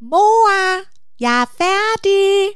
Mor, jeg er færdig.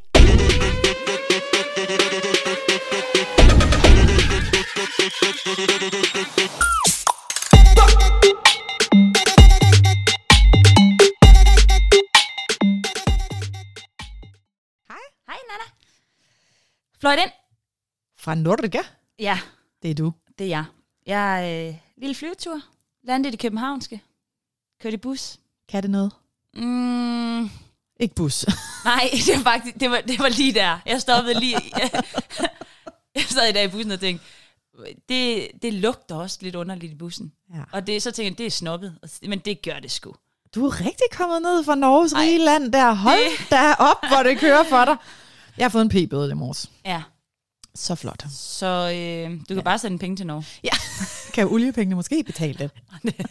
Hej, Nana. Fløj ind. Fra Norge? Ja, Det er du. det er jeg. Jeg er lille flyvetur. Landede i det københavnske. Kørte i bus. Kan det noget? Ikke bus. Nej, det var faktisk det var lige der. Jeg stoppede lige. Jeg sad i dag i bussen og tænkte, det lugter også lidt underligt i bussen. Ja. Og så tænkte jeg, det er snobbet. Men det gør det sgu. Du er rigtig kommet ned fra Norges rige land der. Hold da op, hvor det kører for dig. Jeg har fået en p-bøde i morges. Ja. Så flot. Så du kan bare sende penge til Norge. Ja. Kan oliepengene måske betale det?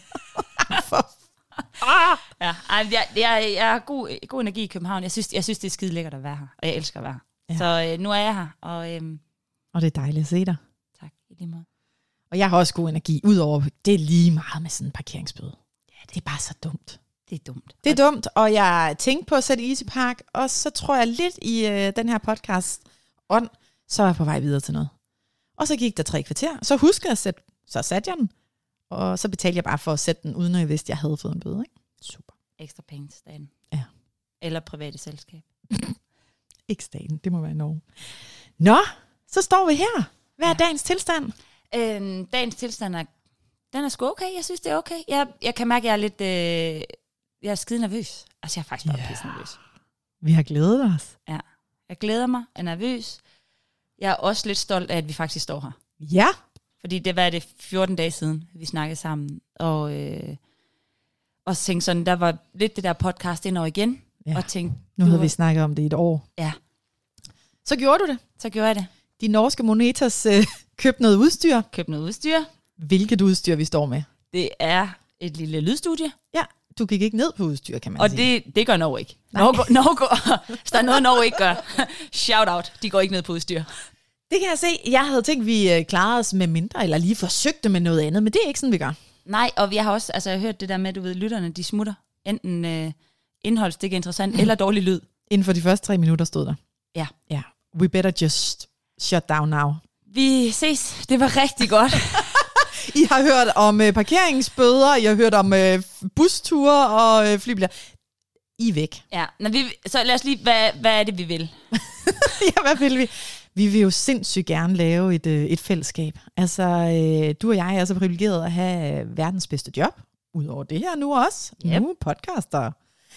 Ja, jeg har god energi i København. Jeg synes, det er skide lækkert at være her. Og jeg elsker at være her. Ja. Så nu er jeg her. Og det er dejligt at se dig. Tak, i lige måde. Og jeg har også god energi, udover det er lige meget med sådan en parkeringsbøde. Ja, det er bare så dumt. Det er dumt. Det er dumt, og jeg tænkte på at sætte Easy Park, og så tror jeg lidt i den her podcast ånd, så er jeg på vej videre til noget. Og så gik der 3 kvarter, så huskede jeg så satte jeg den, og så betalte jeg bare for at sætte den, uden at jeg vidste, at jeg havde fået en bøde. Ikke? Super. Ekstra penge til staten. Ja. Eller private selskab. Ikke staten, det må være Norge. Nå, så står vi her. Hvad er dagens tilstand? Dagens tilstand den er sgu okay. Jeg synes, det er okay. Jeg kan mærke, at jeg er lidt... jeg er skide nervøs. Altså, jeg er faktisk bare pisse nervøs. Vi har glædet os. Ja. Jeg glæder mig, er nervøs. Jeg er også lidt stolt af, at vi faktisk står her. Ja. Fordi det var 14 dage siden, vi snakkede sammen. Og tænkte sådan, der var lidt det der podcast ind over igen. Ja. Og tænkte, Nu havde vi snakket om det i et år. Ja. Så gjorde du det. Så gjorde jeg det. De norske monetas købte noget udstyr. Købte noget udstyr. Hvilket udstyr vi står med? Det er et lille lydstudie. Ja, du gik ikke ned på udstyr, kan man og sige. Og det gør Norge ikke. Norge går, hvis der er noget, Norge ikke gør. Shout out, de går ikke ned på udstyr. Det kan jeg se. Jeg havde tænkt, vi klarede os med mindre, eller lige forsøgte med noget andet, men det er ikke sådan, vi gør. Nej, og jeg har også jeg har hørt det der med, du ved, lytterne, de smutter. Enten indholdstik er interessant, eller dårlig lyd. Inden for de første 3 minutter stod der. Ja. Ja. We better just shut down now. Vi ses. Det var rigtig godt. I har hørt om parkeringsbøder, I har hørt om busture og flybilletter. I er væk. Ja, så lad os lige, hvad er det, vi vil? Ja, hvad vil vi? Vi vil jo sindssygt gerne lave et fællesskab. Altså, du og jeg er så privilegeret at have verdens bedste job. Udover det her nu også. Yep. Nu podcaster.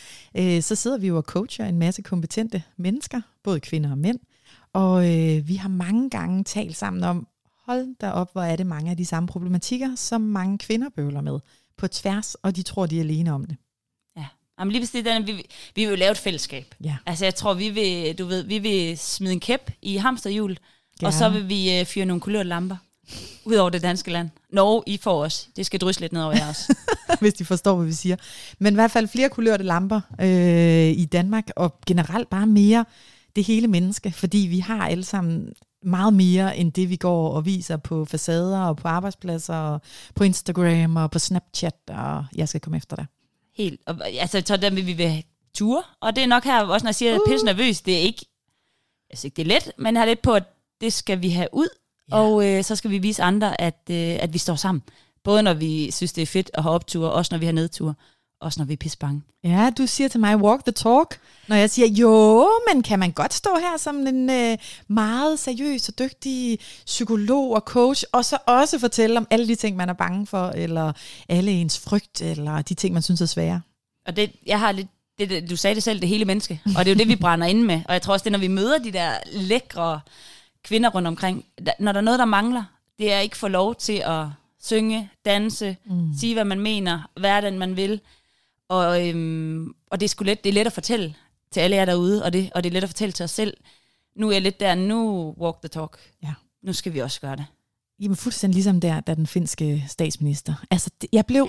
Så sidder vi jo og coacher en masse kompetente mennesker, både kvinder og mænd. Og vi har mange gange talt sammen om, hold da op, hvor er det mange af de samme problematikker, som mange kvinder bøvler med på tværs, og de tror, de er alene om det. Ja, jamen lige præcis, vi vil jo lave et fællesskab. Ja. Altså jeg tror, vi vil smide en kæp i hamsterhjul, og så vil vi fyre nogle kulørte lamper ud over det danske land. Norge, I får os. Det skal drysse lidt ned over jer også. Hvis de forstår, hvad vi siger. Men i hvert fald flere kulørte lamper i Danmark, og generelt bare mere det hele menneske, fordi vi har alle sammen meget mere end det, vi går og viser på facader og på arbejdspladser og på Instagram og på Snapchat, og jeg skal komme efter dig. Helt. Og, altså, jeg tror, der vil vi vil ture, og det er nok her, også når jeg siger, at pisse nervøs, det er ikke, altså ikke det er let, men jeg har lidt på, at det skal vi have ud, og så skal vi vise andre, at vi står sammen. Både når vi synes, det er fedt at have opture, også når vi har nedture. Også når vi er pissebange. Ja, du siger til mig, walk the talk. Når jeg siger, jo, men kan man godt stå her som en meget seriøs og dygtig psykolog og coach, og så også fortælle om alle de ting, man er bange for, eller alle ens frygt, eller de ting, man synes er svære. Og jeg har lidt, du sagde det selv, det hele menneske, og det er jo det, vi brænder inde med. Og jeg tror også, det er, når vi møder de der lækre kvinder rundt omkring, når der er noget, der mangler, det er ikke få lov til at synge, danse, sige, hvad man mener, være den, man vil. Og det er sgu let, det er let at fortælle til alle jer derude, og det er let at fortælle til os selv. Nu er jeg lidt der, nu walk the talk. Ja. Nu skal vi også gøre det. Jamen fuldstændig ligesom der den finske statsminister. Altså, jeg blev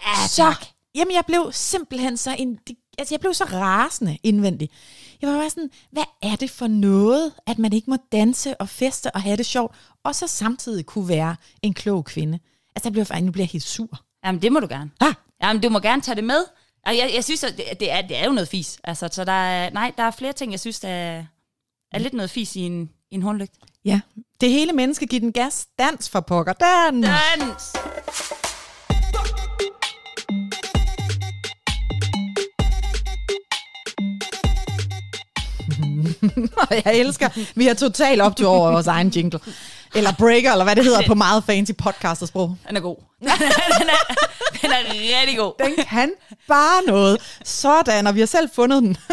jeg blev simpelthen så jeg blev så rasende indvendigt. Jeg var bare sådan, hvad er det for noget, at man ikke må danse og feste og have det sjovt, og så samtidig kunne være en klog kvinde? Altså, nu bliver jeg helt sur. Jamen, det må du gerne. Jamen, du må gerne tage det med. Jeg synes, at det er jo noget fis. Altså, så der er flere ting, jeg synes, der er lidt noget fis i en hornlygt. Ja, det hele menneske giver den gas. Dans for pokker. Dans! Jeg elsker, vi har totalt optur over vores egen jingle. Eller breaker, eller hvad det hedder på meget fancy podcastersprog. Den er god. Den er rigtig god. Den kan bare noget. Sådan, og vi har selv fundet den.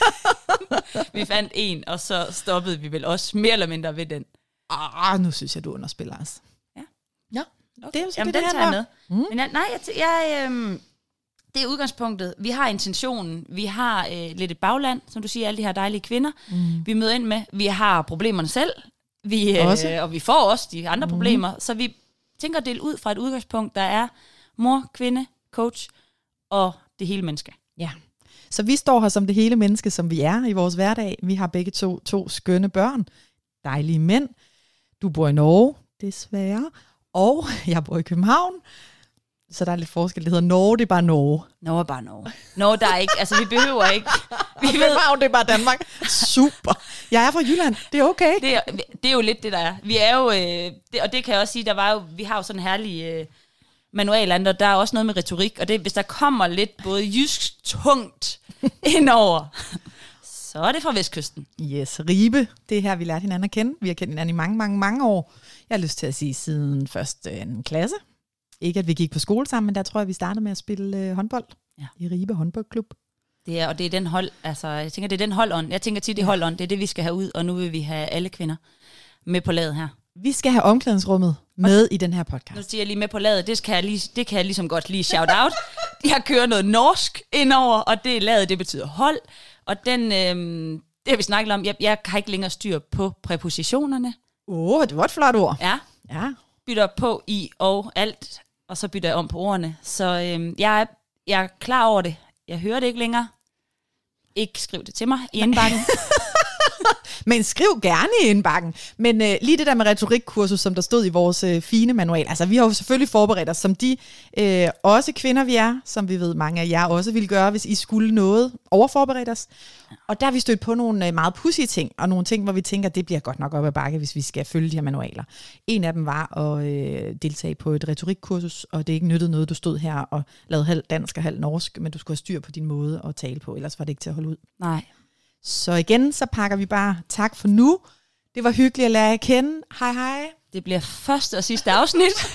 Vi fandt en, og så stoppede vi vel også mere eller mindre ved den. Nu synes jeg, du underspiller os. Ja. Okay. Det er jo så jamen, det, den tager jeg med. Men det er udgangspunktet. Vi har intentionen. Vi har lidt et bagland, som du siger, alle de her dejlige kvinder. Vi møder ind med. Vi har problemerne selv. Og vi får også de andre problemer. Så vi tænker at dele ud fra et udgangspunkt, der er mor, kvinde, coach og det hele menneske. Ja. Så vi står her som det hele menneske, som vi er i vores hverdag. Vi har begge to skønne børn. Dejlige mænd. Du bor i Norge, desværre. Og jeg bor i København. Så der er lidt forskel. Det hedder Norge, det er bare Norge. Norge er bare Norge. Norge, der er ikke, altså vi behøver ikke. København, det er bare Danmark. Super. Jeg er fra Jylland, det er okay. Det er jo lidt det, der er. Vi er jo, og det kan jeg også sige, vi har jo sådan en herlig manual, og der er også noget med retorik, og det, hvis der kommer lidt både jysk tungt indover, så er det fra Vestkysten. Yes, Ribe, det er her, vi lærte hinanden at kende. Vi har kendt hinanden i mange, mange, mange år. Jeg har lyst til at sige siden første anden klasse. Ikke at vi gik på skole sammen, men der tror jeg, vi startede med at spille håndbold i Ribe håndboldklub. Det er den hold, altså jeg tænker, det er den holdånd. Jeg tænker tit, det er holdånd, det er det, vi skal have ud, og nu vil vi have alle kvinder med på laget her. Vi skal have omklædningsrummet med i den her podcast. Nu siger jeg lige med på laget, det kan jeg ligesom godt lige shout out. Jeg kører noget norsk indover, og det laget, det betyder hold. Og den, det har vi snakket om, jeg har ikke længere styr på præpositionerne. Det var et flot ord. Ja. Bytter på i og alt, og så bytter jeg om på ordene. Så jeg er klar over det. Jeg hører det ikke længere. Ikke skriv det til mig i indbakken. Men skriv gerne i indbakken. Men lige det der med retorikkursus, som der stod i vores fine manual. Altså, vi har jo selvfølgelig forberedt os, som de også kvinder vi er, som vi ved, mange af jer også ville gøre, hvis I skulle noget overforberedt os. Og der har vi stødt på nogle meget pudsige ting, og nogle ting, hvor vi tænker, det bliver godt nok op ad bakke, hvis vi skal følge de her manualer. En af dem var at deltage på et retorikkursus, og det er ikke nyttet noget, du stod her og lavede halv dansk og halv norsk, men du skulle have styr på din måde at tale på, ellers var det ikke til at holde ud. Nej. Så igen, så pakker vi bare tak for nu. Det var hyggeligt at lære jer at kende. Hej hej. Det bliver første og sidste afsnit.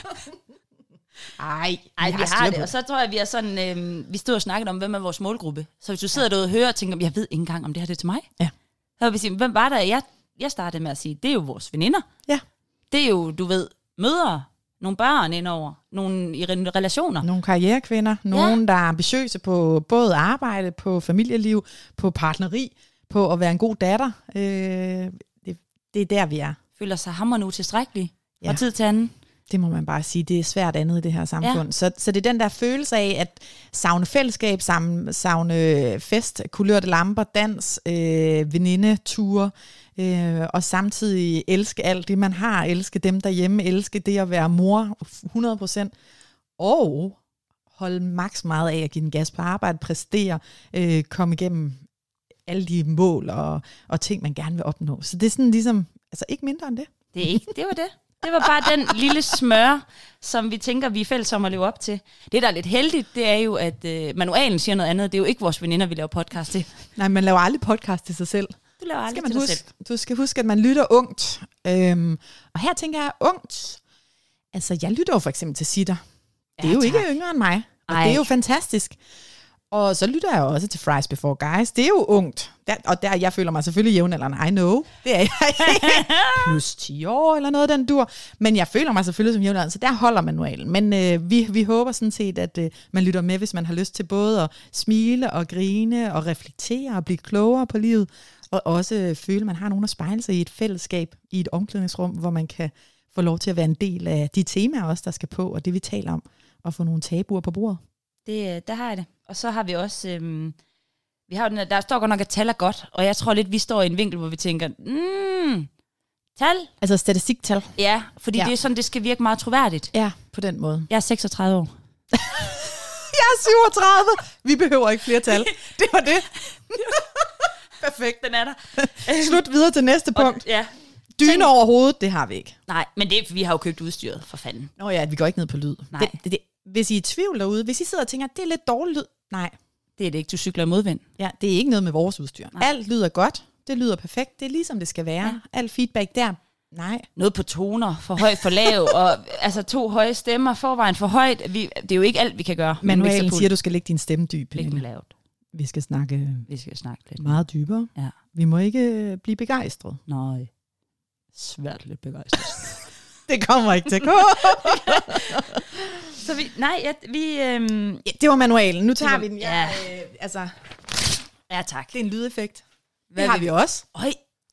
Ej, vi har det. Og så tror jeg, vi er sådan, vi stod og snakkede om, hvem er vores målgruppe. Så hvis du sidder derude og hører og tænker, jeg ved ikke engang, om det her det er til mig. Ja. Så vil vi sige, hvem var der? Jeg startede med at sige, det er jo vores veninder. Ja. Det er jo, du ved, mødre, nogle børn indover, nogle i relationer. Nogle karrierekvinder, nogle der er ambitiøse på både arbejde, på familieliv, på partneri, på at være en god datter. Det er der, vi er. Føler sig hamrende utilstrækkelige fra tid til anden. Det må man bare sige, det er svært andet i det her samfund. Ja. Så det er den der følelse af at savne fællesskab, savne fest, kulørte lamper, dans, venindeture, og samtidig elske alt det, man har, elske dem derhjemme, elske det at være mor 100%, og holde maks meget af at give den gas på arbejde, præstere, komme igennem alle de mål og ting, man gerne vil opnå. Så det er sådan ligesom, altså ikke mindre end det. Det var det. Det var bare den lille smør, som vi tænker, vi er fælles om at leve op til. Det, der er lidt heldigt, det er jo, at manualen siger noget andet. Det er jo ikke vores veninder, vi laver podcast til. Nej, man laver aldrig podcast til sig selv. Du laver aldrig til dig selv. Du skal huske, at man lytter ungt. Og her tænker jeg ungt. Altså, jeg lytter jo for eksempel til Sitter. Det er jo ikke yngre end mig. Og det er jo fantastisk. Og så lytter jeg også til Fries Before Guys. Det er jo ungt. Jeg føler mig selvfølgelig jævnaldrende. I know. Det er jeg plus 10 år eller noget den dur. Men jeg føler mig selvfølgelig som jævnaldrende, så der holder manualen. Men vi håber sådan set, at man lytter med, hvis man har lyst til både at smile og grine og reflektere og blive klogere på livet. Og også føle, at man har nogen at spejle sig i et fællesskab, i et omklædningsrum, hvor man kan få lov til at være en del af de temaer også, der skal på, og det vi taler om, og få nogle tabuer på bordet. Der har jeg det. Og så har vi også, vi har den der står godt nok, at tal er godt, og jeg tror lidt, vi står i en vinkel, hvor vi tænker, tal. Altså statistiktal. Ja, fordi det er sådan, det skal virke meget troværdigt. Ja, på den måde. Jeg er 36 år. Jeg er 37. Vi behøver ikke flere tal. Det var det. Perfekt. Den er der. Slut videre til næste punkt. Ja. Dyne over hovedet, det har vi ikke. Nej, men det, vi har jo købt udstyret, for fanden. Nå ja, vi går ikke ned på lyd. Nej. Hvis I er i tvivl derude, hvis I sidder og tænker, det er lidt dårlig lyd. Nej. Det er det ikke, du cykler i modvind. Ja, det er ikke noget med vores udstyr. Nej. Alt lyder godt. Det lyder perfekt. Det er ligesom det skal være. Ja. Alt feedback der. Nej. Noget på toner, for høj, for lav, og altså 2 høje stemmer, forvejen for højt. Det er jo ikke alt, vi kan gøre. Manualen siger, at du skal lægge din stemme dyb. Læg den lavt. Vi skal snakke lidt. meget dybere. Ja. Vi må ikke blive begejstret. Nej. Svært lidt begejstret. Det kommer ikke til at gå. Så Ja, det var manualen. Nu tager vi den. Ja. Ja, tak. Det er en lydeffekt. Det har vi også. Øj.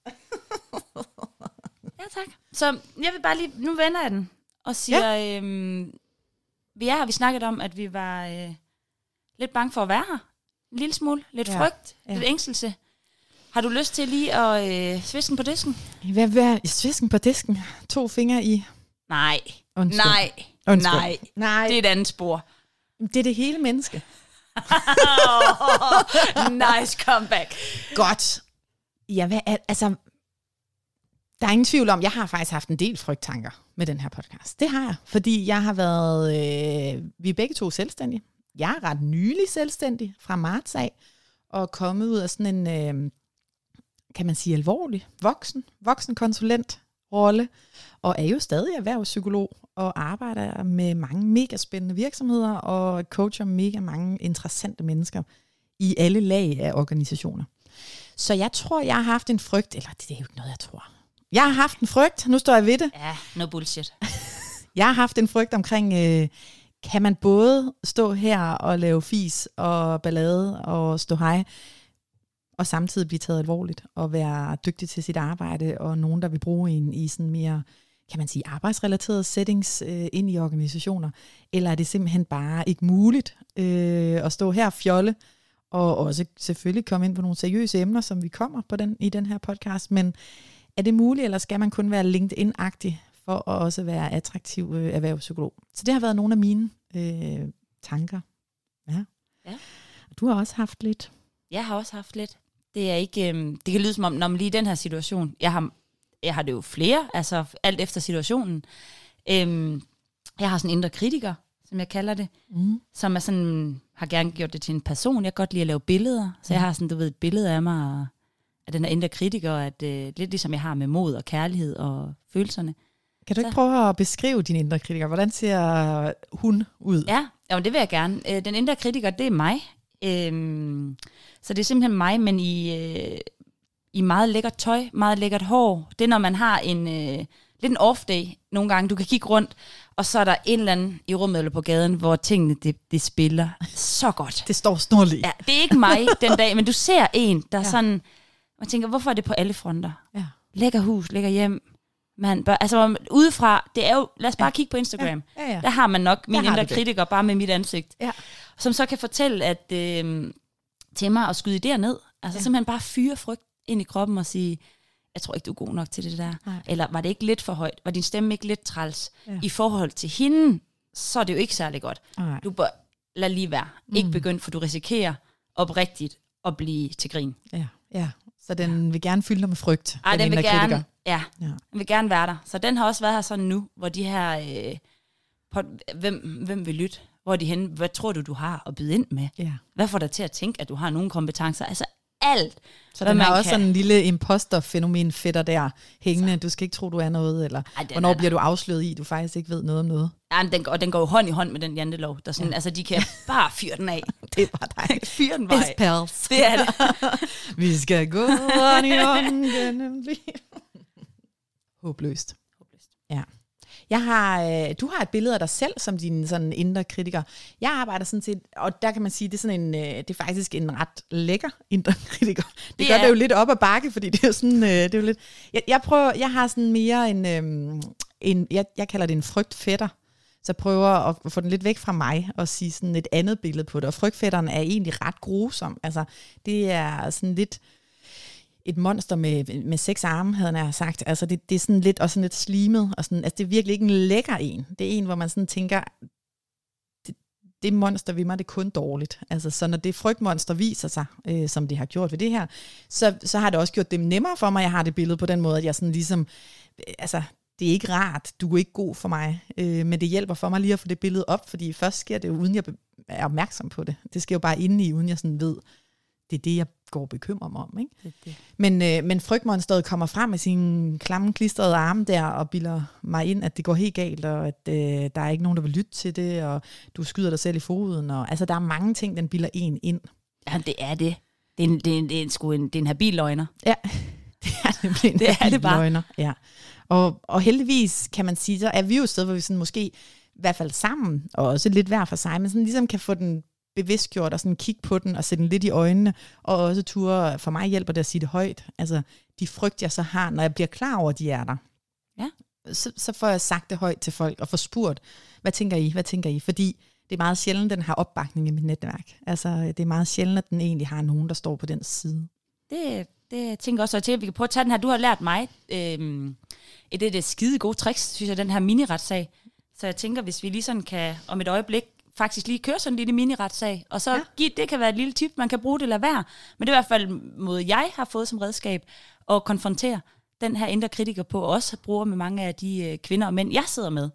Ja, tak. Så jeg vil bare lige, nu vender jeg den, og siger, vi er her, vi snakkede om, at vi var lidt bange for at være her. En lille smule, lidt frygt, lidt ængstelse. Har du lyst til lige at svisken på disken? Hvad svisken på disken? 2 fingre i... Nej. Undskyld. Nej. Det er et andet spor. Det er det hele menneske. Nice comeback. Godt. Ja, der er ingen tvivl om, jeg har faktisk haft en del frygttanker med den her podcast. Det har jeg, fordi jeg har været... vi er begge 2 selvstændige. Jeg er ret nylig selvstændig fra marts af, og kommet ud af sådan en, kan man sige, alvorlig voksenkonsulentrolle, og er jo stadig erhvervspsykolog, og arbejder med mange mega spændende virksomheder, og coacher mega mange interessante mennesker i alle lag af organisationer. Så jeg tror, jeg har haft en frygt, eller det er jo ikke noget, jeg tror. Jeg har haft en frygt, nu står jeg ved det. Ja, no bullshit. Jeg har haft en frygt omkring, kan man både stå her og lave fis og ballade og stå hej, og samtidig blive taget alvorligt og være dygtig til sit arbejde, og nogen, der vil bruge en i sådan mere, kan man sige, arbejdsrelaterede settings ind i organisationer, eller er det simpelthen bare ikke muligt at stå her og fjolle, og også selvfølgelig komme ind på nogle seriøse emner, som vi kommer på i den her podcast, men er det muligt, eller skal man kun være LinkedIn-agtig for at også være attraktiv erhvervspsykolog? Så det har været nogle af mine tanker. Ja. Du har også haft lidt. Jeg har også haft lidt. Det er ikke, det kan lyde som om, når man lige i den her situation, jeg har det jo flere, altså alt efter situationen. Jeg har sådan en indre kritiker, som jeg kalder det, som er sådan, har gerne gjort det til en person. Jeg kan godt lide at lave billeder, så jeg har sådan, du ved, et billede af mig, af den her indre kritiker, at lidt ligesom jeg har med mod og kærlighed og følelserne. Kan du ikke prøve at beskrive din indre kritiker? Hvordan ser hun ud? Ja, det vil jeg gerne. Den indre kritiker, det er mig. Så det er simpelthen mig, men i meget lækkert tøj, meget lækkert hår. Det er, når man har lidt en off-day nogle gange. Du kan kigge rundt, og så er der en eller anden i rummet eller på gaden, hvor tingene, det spiller så godt. Det står snorligt. Ja, det er ikke mig den dag, men du ser en, der er sådan, man tænker, hvorfor er det på alle fronter? Ja. Lækker hus, lækker hjem. Altså udefra, det er jo, lad os bare kigge på Instagram. Ja. Der har man nok min indre kritiker bare med mit ansigt. Ja. Som så kan fortælle at, til mig at skyde idéer ned. Altså simpelthen bare fyre frygt ind i kroppen og sige, jeg tror ikke, du er god nok til det der. Nej. Eller var det ikke lidt for højt? Var din stemme ikke lidt træls? Ja. I forhold til hende, så er det jo ikke særlig godt. Nej. Du bør lad lige være. Ikke begynde, for du risikerer oprigtigt at blive til grin. Ja. Så den vil gerne fylde dig med frygt. Den vil gerne, den vil gerne være der. Så den har også været her sådan nu, hvor de her, hvem vil lytte? Hvor er de henne? Hvad tror du har at byde ind med? Ja. Hvad får dig til at tænke, at du har nogle kompetencer? Altså alt. Så den har også sådan en lille imposter-fænomen fætter der hængende. Så. Du skal ikke tro, du er noget, eller hvornår bliver du afsløret i, du faktisk ikke ved noget om noget. Ja, den går jo hånd i hånd med den jantelov. Der sådan, altså de kan bare fyre den af. Det er bare dig. Fyre den vej. Pals. Det er det. Vi skal gå on i on gennem liv. Håbløst. Ja. Du har et billede af dig selv som din sådan indre kritiker. Jeg arbejder sådan set, og der kan man sige, det er sådan det er faktisk en ret lækker indre kritiker. Det gør det jo lidt op ad bakke, fordi det er sådan, det er jo lidt. Jeg har sådan mere jeg kalder det en frygtfætter. Så jeg prøver at få den lidt væk fra mig og sige sådan et andet billede på det. Og frygtfætteren er egentlig ret grusom. Altså det er sådan lidt et monster med 6 arme, havde jeg sagt. Altså det er sådan lidt, og sådan lidt slimet, og sådan, altså det er virkelig ikke en lækker en. Det er en, hvor man sådan tænker, det monster ved mig, det er kun dårligt. Altså, så når det frygtmonster viser sig, som det har gjort ved det her, så har det også gjort det nemmere for mig, jeg har det billede på den måde, at jeg sådan ligesom, altså, det er ikke rart, du er ikke god for mig, men det hjælper for mig lige at få det billede op, fordi først sker det jo, uden jeg er opmærksom på det. Det sker jo bare indeni, uden jeg sådan ved, det er det, jeg går og bekymrer mig om. Ikke? Det. Men frygtmonsteret kommer frem med sine klamme, klistrede arme der, og bilder mig ind, at det går helt galt, og at der er ikke nogen, der vil lytte til det, og du skyder dig selv i foden. Og, altså, der er mange ting, den bilder en ind. Ja, det er det. Det er en habil løgner. Ja, det er nemlig en habil løgner. Ja. Og heldigvis, kan man sige, så er vi jo et sted, hvor vi sådan måske, i hvert fald sammen, og også lidt hver for sig, men sådan ligesom kan få den bevidstgjort og sådan kigge på den og sætte den lidt i øjnene, og også ture, for mig hjælper det at sige det højt. Altså, de frygt, jeg så har, når jeg bliver klar over, at de er der. Ja. Så får jeg sagt det højt til folk, og får spurgt, hvad tænker I? Fordi det er meget sjældent, den har opbakning i mit netværk. Altså, det er meget sjældent, at den egentlig har nogen, der står på den side. Det tænker også til, at vi kan prøve at tage den her. Du har lært mig det skide gode tricks, synes jeg, den her mini-retssag. Så jeg tænker, hvis vi lige sådan kan, om et øjeblik, faktisk lige køre sådan en lille mini-retssag, og så det kan være et lille tip, man kan bruge det eller være. Men det er i hvert fald måde, jeg har fået som redskab at konfrontere den her indre kritiker på, og også bruger med mange af de kvinder og mænd, jeg sidder med.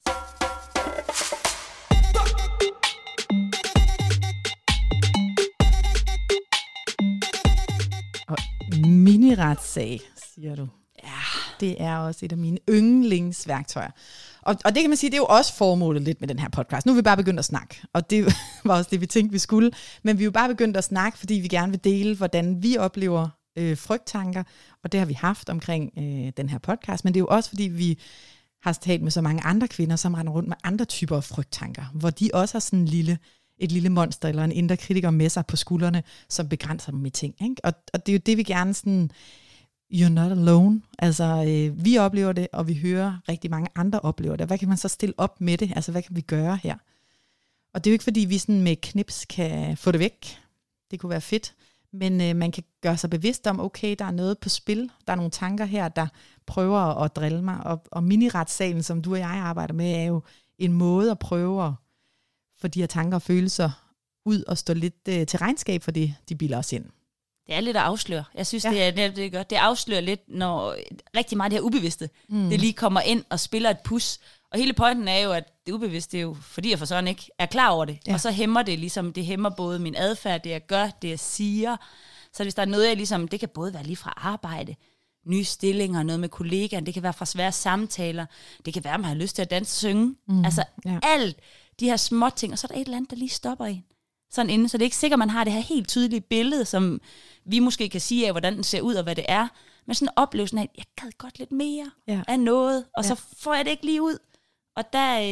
Og mini-retssag, siger du. Ja. Det er også et af mine yndlingsværktøjer. Og det kan man sige, det er jo også formålet lidt med den her podcast. Nu er vi bare begyndt at snakke, og det var også det, vi tænkte, vi skulle. Men vi er jo bare begyndt at snakke, fordi vi gerne vil dele, hvordan vi oplever frygttanker, og det har vi haft omkring den her podcast. Men det er jo også, fordi vi har talt med så mange andre kvinder, som render rundt med andre typer af frygttanker, hvor de også har sådan et lille monster eller en indre kritiker med sig på skuldrene, som begrænser dem i ting. Ikke? Og det er jo det, vi gerne sådan... You're not alone. Altså, vi oplever det, og vi hører rigtig mange andre oplever det. Hvad kan man så stille op med det? Altså, hvad kan vi gøre her? Og det er jo ikke, fordi vi sådan med knips kan få det væk. Det kunne være fedt. Men man kan gøre sig bevidst om, okay, der er noget på spil. Der er nogle tanker her, der prøver at drille mig. Og mini-retssalen, som du og jeg arbejder med, er jo en måde at prøve at få de her tanker og følelser ud og stå lidt til regnskab for det, de bilder os ind. Det er lidt at afsløre. Jeg synes, det gør. Det afslører lidt, når rigtig meget det her ubevidste, det lige kommer ind og spiller et pus. Og hele pointen er jo, at det ubevidste er jo, fordi jeg for sådan ikke er klar over det. Ja. Og så hæmmer det ligesom, det hæmmer både min adfærd, det jeg gør, det jeg siger. Så hvis der er noget, jeg ligesom, det kan både være lige fra arbejde, nye stillinger, noget med kollegaer, det kan være fra svære samtaler, det kan være, at man har lyst til at danse og synge. Altså alt de her små ting, og så er der et eller andet, der lige stopper en. Sådan inden, så det er ikke sikkert, man har det her helt tydelige billede, som vi måske kan sige af, hvordan den ser ud og hvad det er. Men sådan en oplevelse af, at jeg gad godt lidt mere af noget, og så får jeg det ikke lige ud. Og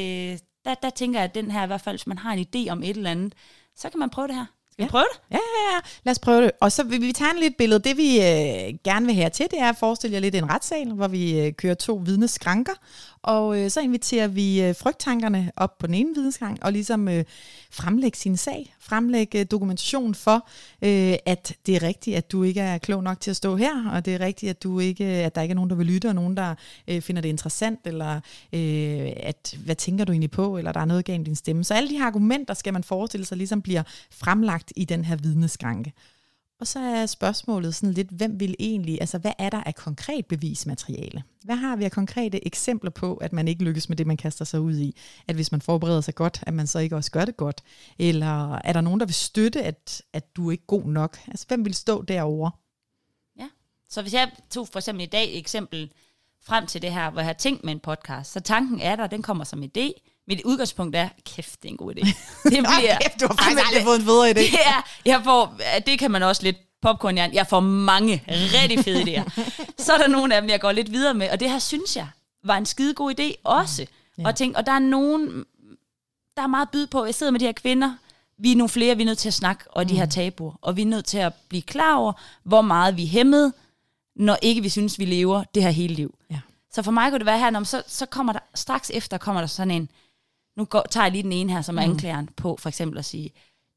der tænker jeg, at den her, i hvert fald, hvis man har en idé om et eller andet, så kan man prøve det her. Skal vi prøve det? Ja. Lad os prøve det. Og så vil vi tegne lidt billede. Det vi gerne vil have til, det er at forestille jer lidt en retssal, hvor vi kører 2 vidneskranker. Og så inviterer vi frygttankerne op på den ene vidneskrank, og ligesom fremlægge sin sag. Fremlægge dokumentation for, at det er rigtigt, at du ikke er klog nok til at stå her, og det er rigtigt, at der ikke er nogen, der vil lytte, og nogen, der finder det interessant, eller hvad tænker du egentlig på, eller der er noget galt i din stemme. Så alle de her argumenter skal man forestille sig, ligesom bliver fremlagt i den her vidneskranke. Og så er spørgsmålet sådan lidt, hvem vil egentlig, altså hvad er der af konkret bevismateriale? Hvad har vi af konkrete eksempler på, at man ikke lykkes med det, man kaster sig ud i? At hvis man forbereder sig godt, at man så ikke også gør det godt? Eller er der nogen, der vil støtte, at du er ikke god nok? Altså hvem vil stå derovre? Ja, så hvis jeg tog for eksempel i dag et eksempel frem til det her, hvor jeg har tænkt med en podcast, så tanken er der, den kommer som idé. Mit udgangspunkt er, kæft, det er en god idé. Det bliver, kæft, du har faktisk aldrig fået en federe idé. Det kan man også lidt popcornjern. Jeg får mange rigtig fede idéer. Så er der nogle af dem, jeg går lidt videre med, og det her synes jeg var en skide god idé også. Og der er nogen, der er meget byd på. Jeg sidder med de her kvinder, vi er nogle flere, vi er nødt til at snakke og de her tabuer, og vi er nødt til at blive klar over, hvor meget vi er hæmmet, når ikke vi synes, vi lever det her hele liv. Ja. Så for mig kunne det være her, så kommer der straks efter, kommer der sådan en, nu tager jeg lige den ene her, som er anklageren på, for eksempel at sige,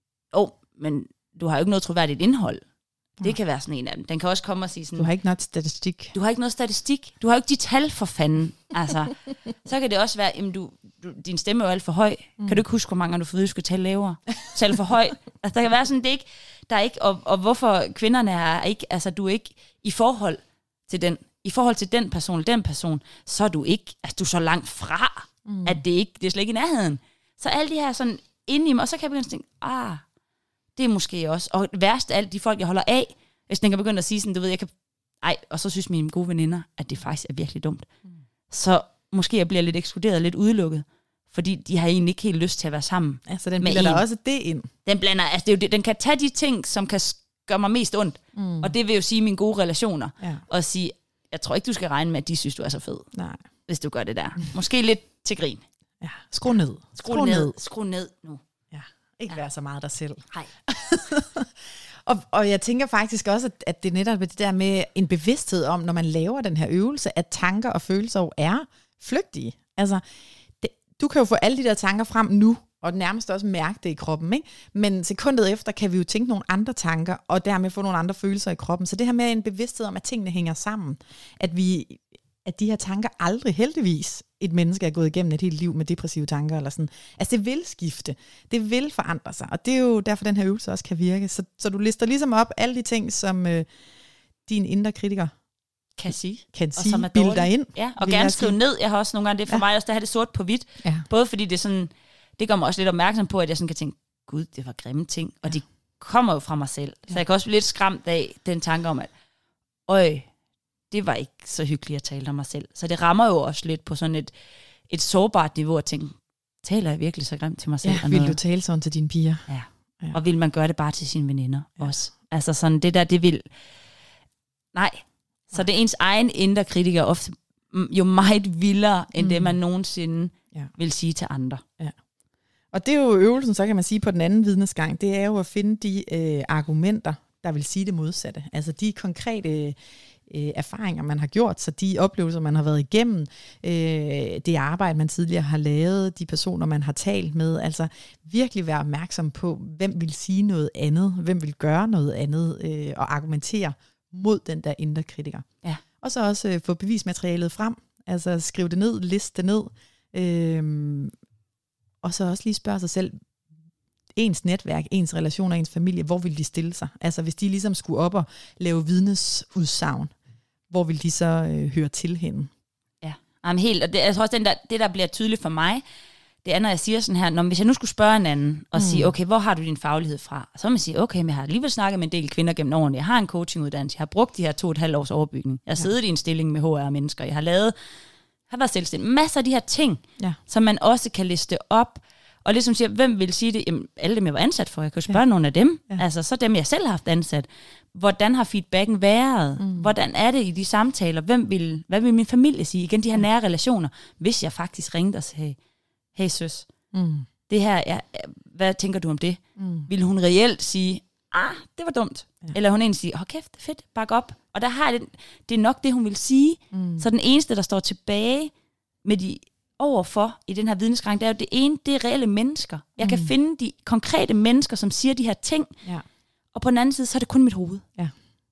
men du har jo ikke noget troværdigt indhold. Det kan være sådan en af dem. Den kan også komme og sige sådan, du har ikke noget statistik. Du har ikke noget statistik. Du har jo ikke de tal for fanden. Altså, så kan det også være, jamen din stemme er jo alt for høj. Kan du ikke huske, hvor mange gange du får at vide, du skal tale lavere? Tale for høj. Altså, der kan være sådan, det ikke, der er ikke, og hvorfor kvinderne er ikke, altså du er ikke i forhold til den person, så er du ikke, altså du er så langt fra, at det er slet ikke i nærheden. Så alle de her sådan inde i mig, og så kan jeg begynde at tænke, det er måske også, og værst af alt de folk, jeg holder af, hvis jeg kan begynde at sige sådan, du ved, og så synes mine gode veninder, at det faktisk er virkelig dumt. Så måske jeg bliver lidt ekskluderet, lidt udelukket, fordi de har egentlig ikke helt lyst til at være sammen. Altså den blander der også det ind. Den blander, altså det er jo det, den kan tage de ting, som kan gøre mig mest ondt, og det vil jo sige mine gode relationer, og sige, jeg tror ikke, du skal regne med, at de synes, du er så fed, hvis du gør det der. Måske lidt til grin. Ja, skru ned. Skru ned nu. Ja, ikke være så meget dig selv. Nej. Og jeg tænker faktisk også, at det netop er det der med en bevidsthed om, når man laver den her øvelse, at tanker og følelser jo er flygtige. Altså, du kan jo få alle de der tanker frem nu, og nærmest også mærke det i kroppen, ikke? Men sekundet efter kan vi jo tænke nogle andre tanker, og dermed få nogle andre følelser i kroppen. Så det her med en bevidsthed om, at tingene hænger sammen, at de her tanker aldrig, heldigvis, et menneske er gået igennem et helt liv med depressive tanker, eller sådan. Altså det vil skifte, det vil forandre sig, og det er jo derfor, den her øvelse også kan virke. Så du lister ligesom op alle de ting, som din indre kritiker kan sige, bilde dig ind. Ja, og gerne skrive ned. Jeg har også nogle gange, det er for mig også, der har det sort på hvidt. Ja. Både fordi det er sådan, det gør mig også lidt opmærksom på, at jeg sådan kan tænke, gud, det var grimme ting, og de kommer jo fra mig selv. Så jeg kan også blive lidt skræmt af den tanke om, at det var ikke så hyggeligt at tale om mig selv. Så det rammer jo også lidt på sådan et sårbart niveau at tænke, taler jeg virkelig så grimt til mig selv? Ja, vil du tale sådan til dine piger? Ja. Og vil man gøre det bare til sine veninder også? Altså sådan det der, det vil... Nej. Så det er ens egen indre kritiker ofte jo meget vildere, end det man nogensinde vil sige til andre. Ja. Og det er jo øvelsen, så kan man sige på den anden vidnesgang, det er jo at finde de argumenter, der vil sige det modsatte. Altså de konkrete erfaringer, man har gjort, så de oplevelser, man har været igennem, det arbejde, man tidligere har lavet, de personer, man har talt med, altså virkelig være opmærksom på, hvem vil sige noget andet, hvem vil gøre noget andet, og argumentere mod den der indre kritiker. Ja. Og så også få bevismaterialet frem, altså skrive det ned, liste det ned, og så også lige spørge sig selv, ens netværk, ens relationer, ens familie, hvor vil de stille sig? Altså hvis de ligesom skulle op og lave vidnesudsagn, hvor vil de så høre til hende? Ja, jamen helt, og jeg tror også, det der bliver tydeligt for mig, det er, når jeg siger sådan her, hvis jeg nu skulle spørge en anden, og sige, okay, hvor har du din faglighed fra? Så vil man sige, okay, men jeg har alligevel snakket med en del kvinder gennem årene, jeg har en coachinguddannelse, jeg har brugt de her 2,5 års overbygning, jeg har siddet i en stilling med HR-mennesker, jeg har været selvstændig, masser af de her ting, som man også kan liste op, og ligesom siger, hvem vil sige det? Jamen, alle dem, jeg var ansat for, jeg kan spørge nogle af dem, altså så dem, jeg selv har haft ansat. Hvordan har feedbacken været? Hvordan er det i de samtaler? Hvad vil min familie sige? Igen, de her nære relationer, hvis jeg faktisk ringede og sagde, hey søs, det her, hvad tænker du om det? Vil hun reelt sige, det var dumt? Eller hun egentlig sige, kæft, fedt, bak op. Og der har det er nok det, hun vil sige. Så den eneste, der står tilbage med de overfor i den her vidnesgang, det er jo det er reelle mennesker. Jeg kan finde de konkrete mennesker, som siger de her ting, og på den anden side, så er det kun mit hoved. Ja.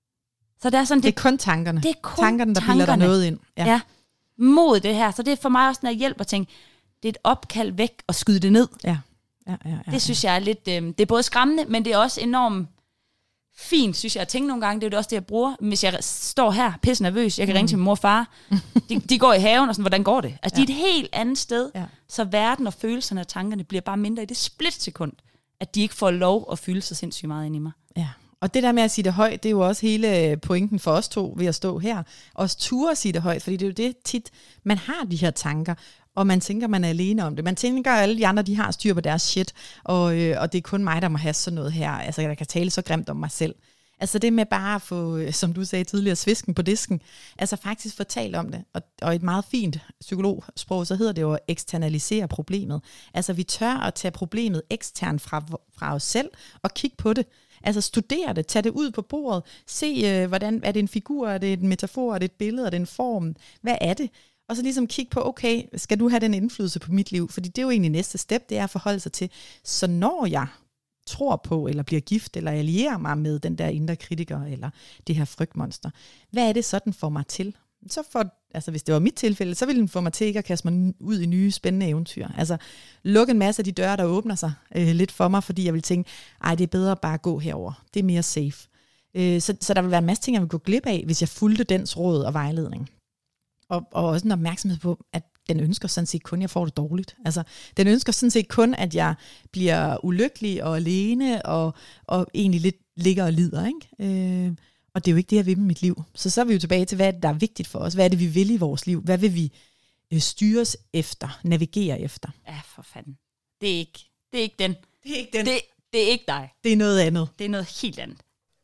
Så det er sådan, det er kun tankerne. Det er kun tankerne, der bilder dig noget ind. Ja, mod det her. Så det er for mig også en hjælp at tænke, det er et opkald væk og skyde det ned. Ja. Det synes jeg er lidt, det er både skræmmende, men det er også enormt fint, synes jeg, at tænke nogle gange. Det er jo også det, jeg bruger. Hvis jeg står her, pisse nervøs, jeg kan ringe til min mor og far. De går i haven, og sådan, hvordan går det? Altså, de er et helt andet sted. Ja. Så verden og følelserne og tankerne bliver bare mindre i det splitsekund, at de ikke får lov at fylde sig sindssygt meget ind i mig. Ja. Og det der med at sige det højt, det er jo også hele pointen for os to ved at stå her. Også ture at sige det højt, fordi det er jo det tit, man har de her tanker, og man tænker, man er alene om det. Man tænker, at alle de andre, de har styr på deres shit, og det er kun mig, der må have sådan noget her, altså der kan tale så grimt om mig selv. Altså det med bare at få, som du sagde tidligere, svisken på disken, altså faktisk få talt om det. Og et meget fint psykologsprog, så hedder det jo at eksternalisere problemet. Altså vi tør at tage problemet eksternt fra os selv og kigge på det. Altså studere det, tage det ud på bordet, se hvordan, er det en figur, er det en metafor, er det et billede, er det en form, hvad er det? Og så ligesom kigge på, okay, skal du have den indflydelse på mit liv? Fordi det er jo egentlig næste step, det er at forholde sig til, så når jeg tror på, eller bliver gift, eller allierer mig med den der indre kritiker, eller det her frygtmonster, hvad er det så, den får mig til? så hvis det var mit tilfælde, så ville den få mig til ikke at kaste mig ud i nye spændende eventyr. Altså lukke en masse af de døre, der åbner sig lidt for mig, fordi jeg vil tænke, det er bedre bare at gå herover. Det er mere safe. Så der vil være en masse ting, jeg vil gå glip af, hvis jeg fulgte dens råd og vejledning. Og også en opmærksomhed på, at den ønsker sådan set kun, at jeg får det dårligt. Altså, den ønsker sådan set kun, at jeg bliver ulykkelig og alene, og egentlig lidt ligger og lider, ikke? Og det er jo ikke det, jeg vil med mit liv. Så er vi jo tilbage til, hvad er det, der er vigtigt for os? Hvad er det, vi vil i vores liv? Hvad vil vi styres efter, navigere efter? Ja, for fanden. Det er ikke den. Det er ikke den. Det er ikke dig. Det er noget andet. Det er noget helt andet.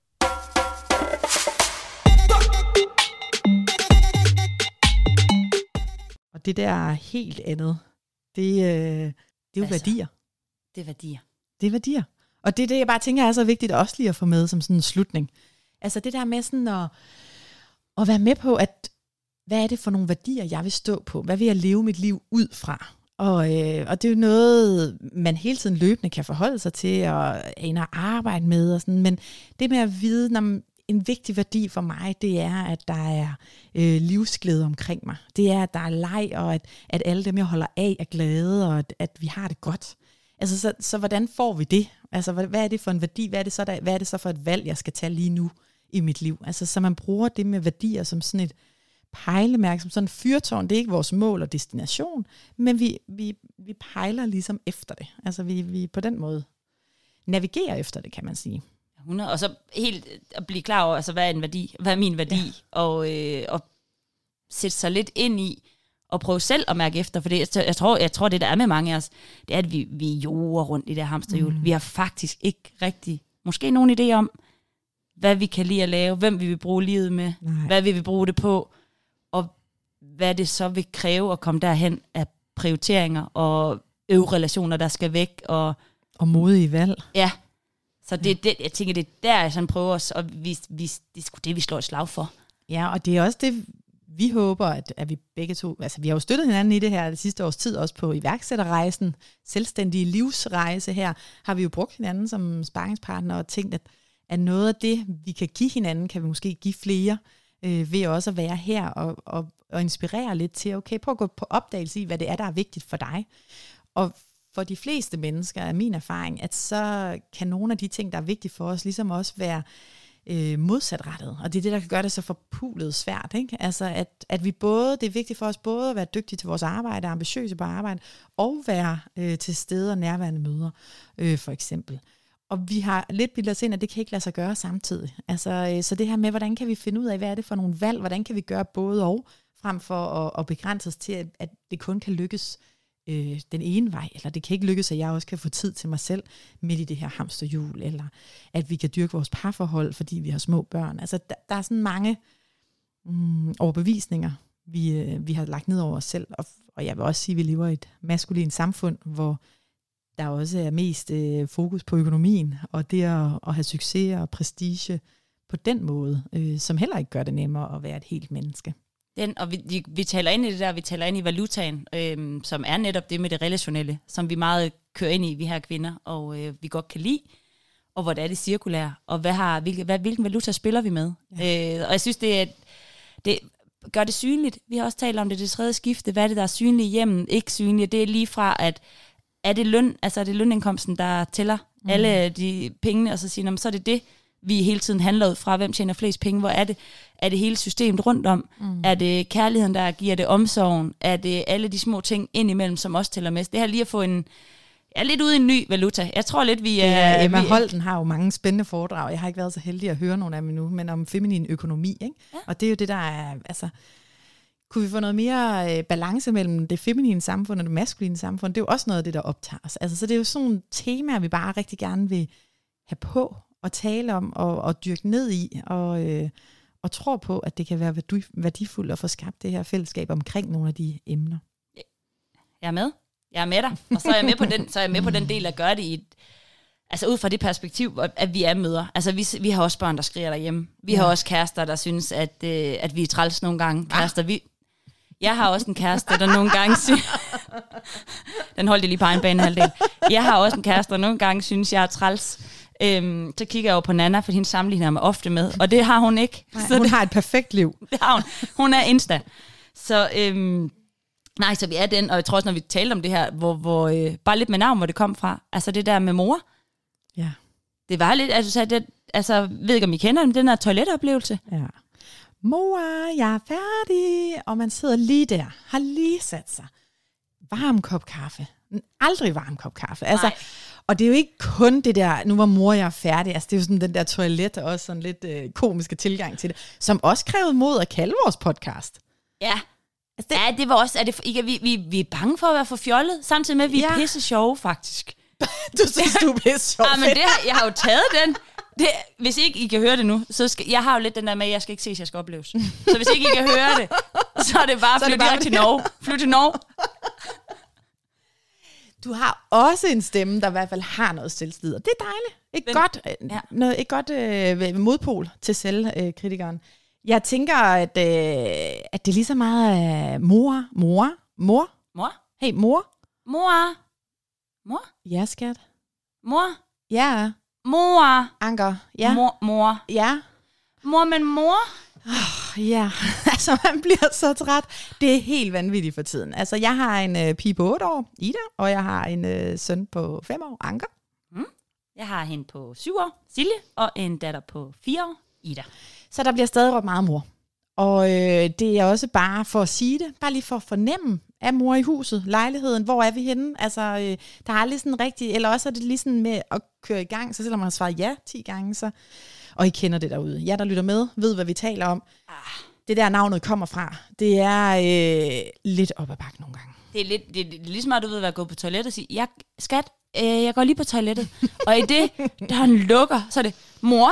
Og det der er helt andet, det er jo værdier. Det er værdier. Det er værdier. Og det er det, jeg bare tænker er så vigtigt også lige at få med som sådan en slutning. Altså det der med sådan at være med på, at hvad er det for nogle værdier, jeg vil stå på? Hvad vil jeg leve mit liv ud fra? Og det er jo noget, man hele tiden løbende kan forholde sig til og arbejde med. Og sådan. Men det med at vide, når en vigtig værdi for mig, det er, at der er livsglæde omkring mig. Det er, at der er leg, og at alle dem, jeg holder af, er glade, og at vi har det godt. Altså, så hvordan får vi det? Altså, hvad er det for en værdi? Hvad er det så for et valg, jeg skal tage lige nu i mit liv? Altså, så man bruger det med værdier som sådan et pejlemærke, som sådan en fyrtårn. Det er ikke vores mål og destination, men vi pejler ligesom efter det. Altså, vi på den måde navigerer efter det, kan man sige. Og så helt at blive klar over, altså, hvad er en værdi? Hvad er min værdi? Ja. Og sætte sig lidt ind i, og prøve selv at mærke efter, for det, jeg tror, det der er med mange af os, det er, at vi joger rundt i det hamsterhjul. Vi har faktisk ikke rigtig, måske nogen idé om, hvad vi kan lide at lave, hvem vi vil bruge livet med, hvad vi vil bruge det på, og hvad det så vil kræve at komme derhen af prioriteringer og relationer, der skal væk. Og modige valg. Ja, så det, jeg tænker, det er der, jeg sådan prøver os, og det er sgu det, vi slår et slag for. Ja, og det er også det, vi håber, at vi begge to, altså vi har jo støttet hinanden i det her det sidste års tid, også på iværksætterrejsen, selvstændige livsrejse her, har vi jo brugt hinanden som sparringspartner og tænkt, at noget af det, vi kan give hinanden, kan vi måske give flere, ved også at være her og inspirere lidt til, okay, prøv at gå på opdagelse i, hvad det er, der er vigtigt for dig. Og for de fleste mennesker er min erfaring, at så kan nogle af de ting, der er vigtige for os, ligesom også være modsatrettet. Og det er det, der kan gøre det så forpulet svært. Ikke? Altså, at vi det er vigtigt for os både at være dygtige til vores arbejde, ambitiøse på arbejde, og være til stede og nærværende møder, for eksempel. Og vi har lidt bildet os ind, at det kan ikke lade sig gøre samtidig. Altså, så det her med, hvordan kan vi finde ud af, hvad er det for nogle valg, hvordan kan vi gøre både og, frem for at begrænse os til, at det kun kan lykkes den ene vej, eller det kan ikke lykkes, at jeg også kan få tid til mig selv midt i det her hamsterhjul, eller at vi kan dyrke vores parforhold, fordi vi har små børn. Altså, der er sådan mange overbevisninger, vi har lagt ned over os selv, og jeg vil også sige, at vi lever i et maskulint samfund, hvor der også er mest fokus på økonomien, og det at have succes og prestige på den måde, som heller ikke gør det nemmere at være et helt menneske. Og vi taler ind i det der, vi taler ind i valutaen, som er netop det med det relationelle, som vi meget kører ind i, vi her kvinder, og vi godt kan lide, og hvor det er det cirkulære, og hvilken valuta spiller vi med. Ja. Og jeg synes, det gør det synligt. Vi har også talt om det tredje skifte, hvad er det, der er synligt i hjemmet, ikke synligt. Det er lige fra, at er det lønindkomsten, der tæller alle de pengene, og så siger, så er det, vi hele tiden handler ud fra, hvem tjener flest penge, hvor er det? Er det hele systemet rundt om? Er det kærligheden, der giver det omsorgen? Er det alle de små ting indimellem, som også tæller med? Det her lige at få jeg er lidt ude i en ny valuta. Jeg tror lidt, vi er... Ja, Emma Holten har jo mange spændende foredrag. Jeg har ikke været så heldig at høre nogle af dem endnu, men om feminin økonomi, ikke? Ja. Og det er jo det, der er... Altså, kunne vi få noget mere balance mellem det feminine samfund og det maskuline samfund? Det er jo også noget af det, der optager os. Altså, så det er jo sådan nogle temaer, vi bare rigtig gerne vil have på og tale om og dyrke ned i, og tror på, at det kan være værdifuldt at få skabt det her fællesskab omkring nogle af de emner. Jeg er med. Jeg er med dig. Og så er jeg med på den del at gøre det altså ud fra det perspektiv, at vi er mødre. Altså vi har også børn, der skriger derhjemme. Vi har også kærester, der synes, at vi er træls nogle gange. Jeg har også en kæreste, der nogle gange synes... Den holdt jeg lige på egen bane halvdel. Jeg har også en kæreste, der nogle gange synes, jeg er træls. Så kigger jeg over på Nana, for hende sammenligner jeg mig ofte med, og det har hun ikke. Nej, så hun har et perfekt liv. Det har hun. Hun er Insta. Så så vi er den, og jeg tror også, når vi talte om det her, hvor bare lidt med navn, hvor det kom fra, altså det der med mor. Ja. Det var lidt, ved ikke, om I kender den der toiletoplevelse. Ja. Mor, jeg er færdig, og man sidder lige der, har lige sat sig. Varm kop kaffe. Aldrig varm kop kaffe. Altså, og det er jo ikke kun det der, nu var mor, jeg er færdig. Altså, det er jo sådan den der toilet, og også sådan lidt komiske tilgang til det, som også krævede mod at kalde vores podcast. Ja. Altså, det var også, vi er bange for at være for fjollet, samtidig med, at vi er pisse sjove, faktisk. Du synes, du er pisse sjov. Ja, men jeg har jo taget den. Hvis ikke I kan høre det nu, så jeg har jo lidt den der med, at jeg skal ikke ses, jeg skal opleves. Så hvis ikke I kan høre det, så er det bare at flytte direkte til Norge. Flytte til Norge. Du har også en stemme, der i hvert fald har noget selvtillid, og det er dejligt. Et godt modpol til selvkritikeren. Jeg tænker, at det er lige så meget mor. Hey, mor. Mor? Ja, skat. Mor? Ja. Mor. Anker. Ja. Mor. Ja. Men mor? Ja, altså man bliver så træt. Det er helt vanvittigt for tiden. Altså jeg har en pige på 8 år, Ida, og jeg har en søn på 5 år, Anker. Jeg har hende på 7 år, Silje, og en datter på 4 år, Ida. Så der bliver stadig råbt meget mor. Og det er også bare for at sige det, bare lige for at fornemme, er mor i huset, lejligheden, hvor er vi henne? Altså, der er aldrig sådan rigtig, eller også er det lige sådan med at køre i gang, så selvom man har svaret ja 10 gange, så, og I kender det derude. Jeg, der lytter med, ved, hvad vi taler om. Det der navnet kommer fra, det er lidt op ad bakke nogle gange. Det er lige så meget, du ved, at gå på toilettet og sige, skat, jeg går lige på toilettet. Og i det, der han lukker, så er det, mor?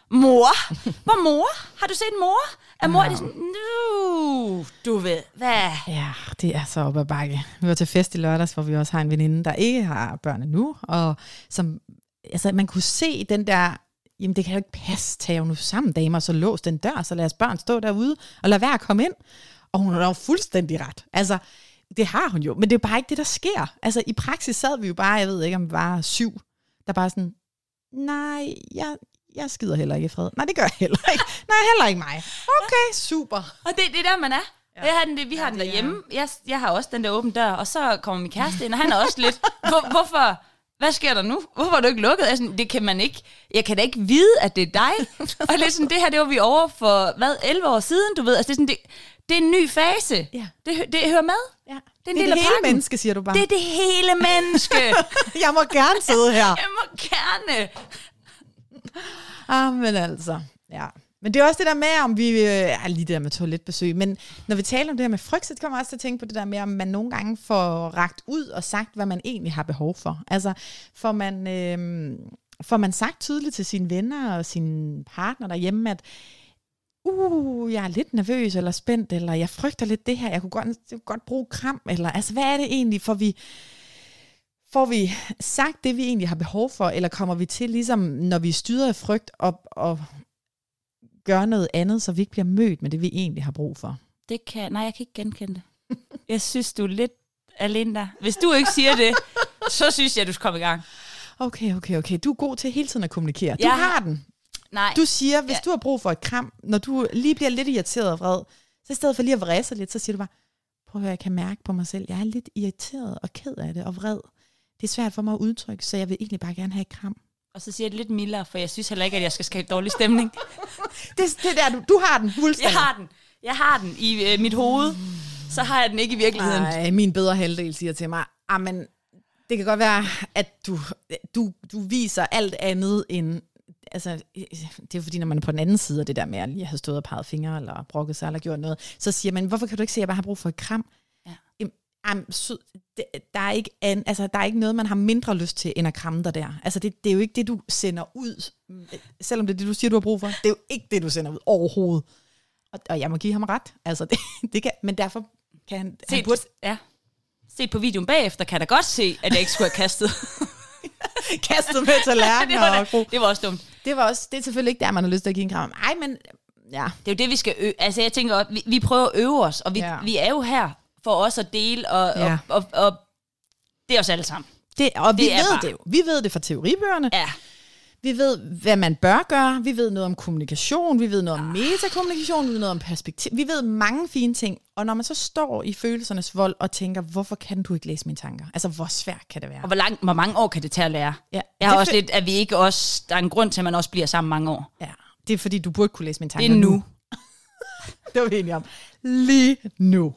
Hvor mor? Har du set mor? Er mor det sådan, du ved, hvad? Ja, det er så op ad bakke. Vi var til fest i lørdags, hvor vi også har en veninde, der ikke har børn endnu, og som, altså man kunne se den der, jamen det kan jo ikke passe, tag nu sammen damer, så lås den dør, så lad os børn stå derude, og lad være at komme ind. Og hun har jo fuldstændig ret. Altså, det har hun jo, men det er bare ikke det, der sker. Altså i praksis sad vi jo bare, jeg ved ikke, om vi var 7, der bare sådan, nej, jeg skider heller ikke i fred. Nej, det gør jeg heller ikke. Nej, heller ikke mig. Okay, super. Og det er der, man er. Ja. Vi har den derhjemme. Jeg har også den der åben dør, og så kommer min kæreste ind, og han er også lidt, hvorfor? Hvad sker der nu? Hvorfor er du ikke lukket? Altså, det kan man ikke. Jeg kan da ikke vide, at det er dig. Og det er sådan, det her, det var vi over for, 11 år siden, du ved. Altså, det er sådan, det er en ny fase. Ja. Det hører med. Ja. Det er det hele menneske, siger du bare. Det er det hele menneske. Jeg må gerne sidde her. Jeg må gerne. Men altså, ja. Men det er også det der med, om vi lige det der med toiletbesøg, men når vi taler om det her med frygt, så kommer jeg også til at tænke på det der med, om man nogle gange får rakt ud og sagt, hvad man egentlig har behov for. Altså, får man sagt tydeligt til sine venner og sine partner derhjemme, at jeg er lidt nervøs eller spændt, eller jeg frygter lidt det her, jeg kunne godt bruge kram, eller altså, hvad er det egentlig, får vi sagt det, vi egentlig har behov for, eller kommer vi til, ligesom når vi er styret af frygt, og gøre noget andet, så vi ikke bliver mødt med det, vi egentlig har brug for? Jeg kan ikke genkende det. Jeg synes, du er lidt alene der. Hvis du ikke siger det, så synes jeg, du skal komme i gang. Okay. Du er god til hele tiden at kommunikere. Du har den. Nej. Du siger, hvis du har brug for et kram, når du lige bliver lidt irriteret og vred, så i stedet for lige at vrede sig lidt, så siger du bare, prøv at høre, jeg kan mærke på mig selv, jeg er lidt irriteret og ked af det og vred. Det er svært for mig at udtrykke, så jeg vil egentlig bare gerne have et kram. Og så siger jeg det lidt mildere, for jeg synes heller ikke, at jeg skal skabe dårlig stemning. det der, du har den fuldstændig. Jeg har den i mit hoved. Så har jeg den ikke i virkeligheden. Nej, min bedre halvdel siger til mig, men det kan godt være, at du viser alt andet end, altså, det er fordi, når man er på den anden side af det der med, at lige have stået og peget fingre, eller brokket sig, eller gjort noget, så siger man, hvorfor kan du ikke se, at jeg bare har brug for et kram? Ja. Der er ikke noget, man har mindre lyst til, end at kramme dig der. Altså, det er jo ikke det, du sender ud. Selvom det er det, du siger, du har brug for. Det er jo ikke det, du sender ud overhovedet. Og jeg må give ham ret. Altså, det kan, men derfor kan han... Set på videoen bagefter, kan jeg da godt se, at jeg ikke skulle have kastet. Kastet med tallerkener. Det var også dumt. Det er selvfølgelig ikke der, man har lyst til at give en kram. Ej, men... Ja. Det er jo det, vi skal øve. Altså, jeg tænker, vi prøver at øve os, og vi er jo her for os at dele, og det er os alle sammen. Vi ved det jo. Vi ved det fra teoribøgerne. Ja. Vi ved, hvad man bør gøre. Vi ved noget om kommunikation. Vi ved noget om metakommunikation. Vi ved noget om perspektiv. Vi ved mange fine ting. Og når man så står i følelsernes vold og tænker, hvorfor kan du ikke læse mine tanker? Altså, hvor svært kan det være? Og hvor mange år kan det tage at lære? Ja, jeg har også lidt, at vi ikke også... Der er en grund til, at man også bliver sammen mange år. Ja, det er fordi, du burde kunne læse mine tanker nu. Det er nu. Det var vi enige om. Lige nu.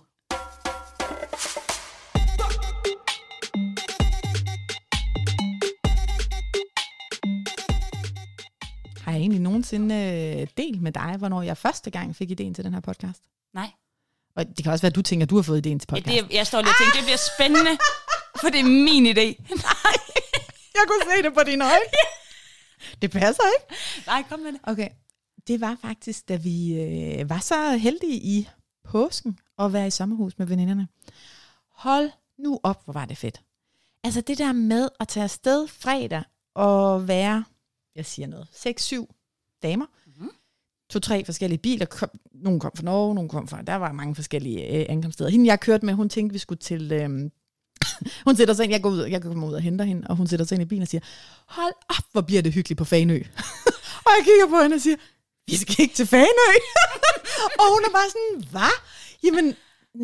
Har jeg egentlig nogensinde delt med dig, hvornår jeg første gang fik idéen til den her podcast? Nej. Og det kan også være, at du tænker, at du har fået idéen til podcast. Ja, jeg står lige og tænker, det bliver spændende, for det er min idé. Nej, jeg kunne se det på dine øjne. Det passer ikke. Nej, kom med det. Okay, det var faktisk, da vi var så heldige i påsken at være i sommerhus med veninderne. Hold nu op, hvor var det fedt. Altså det der med at tage afsted fredag og være, jeg siger noget, 6-7 damer. 2-3 forskellige biler. Nogle kom fra Norge, nogle kom fra... Der var mange forskellige ankomststeder. Hende, jeg kørte med, hun tænkte, vi skulle til... hun sætter sig ind, jeg går ud og henter hende, og hun sætter sig ind i bilen og siger, hold op, hvor bliver det hyggeligt på Fanø. Og jeg kigger på hende og siger, vi skal ikke til Fanø. Og hun er bare sådan, hvad? Jamen,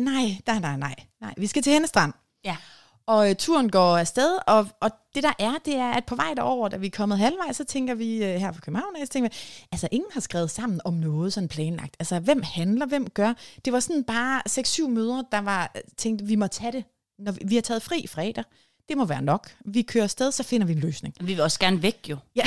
nej, vi skal til Hennestrand. Ja. Og turen går afsted, og det er, at på vej derover, da vi er kommet halvvejs, så tænker vi her fra København, så tænker vi, altså ingen har skrevet sammen om noget sådan planlagt. Altså hvem handler, hvem gør? Det var sådan bare 6-7 møder, der var tænkt, vi må tage det, når vi har taget fri fredag. Det må være nok. Vi kører afsted, så finder vi en løsning. Vi vil også gerne væk, jo. Ja.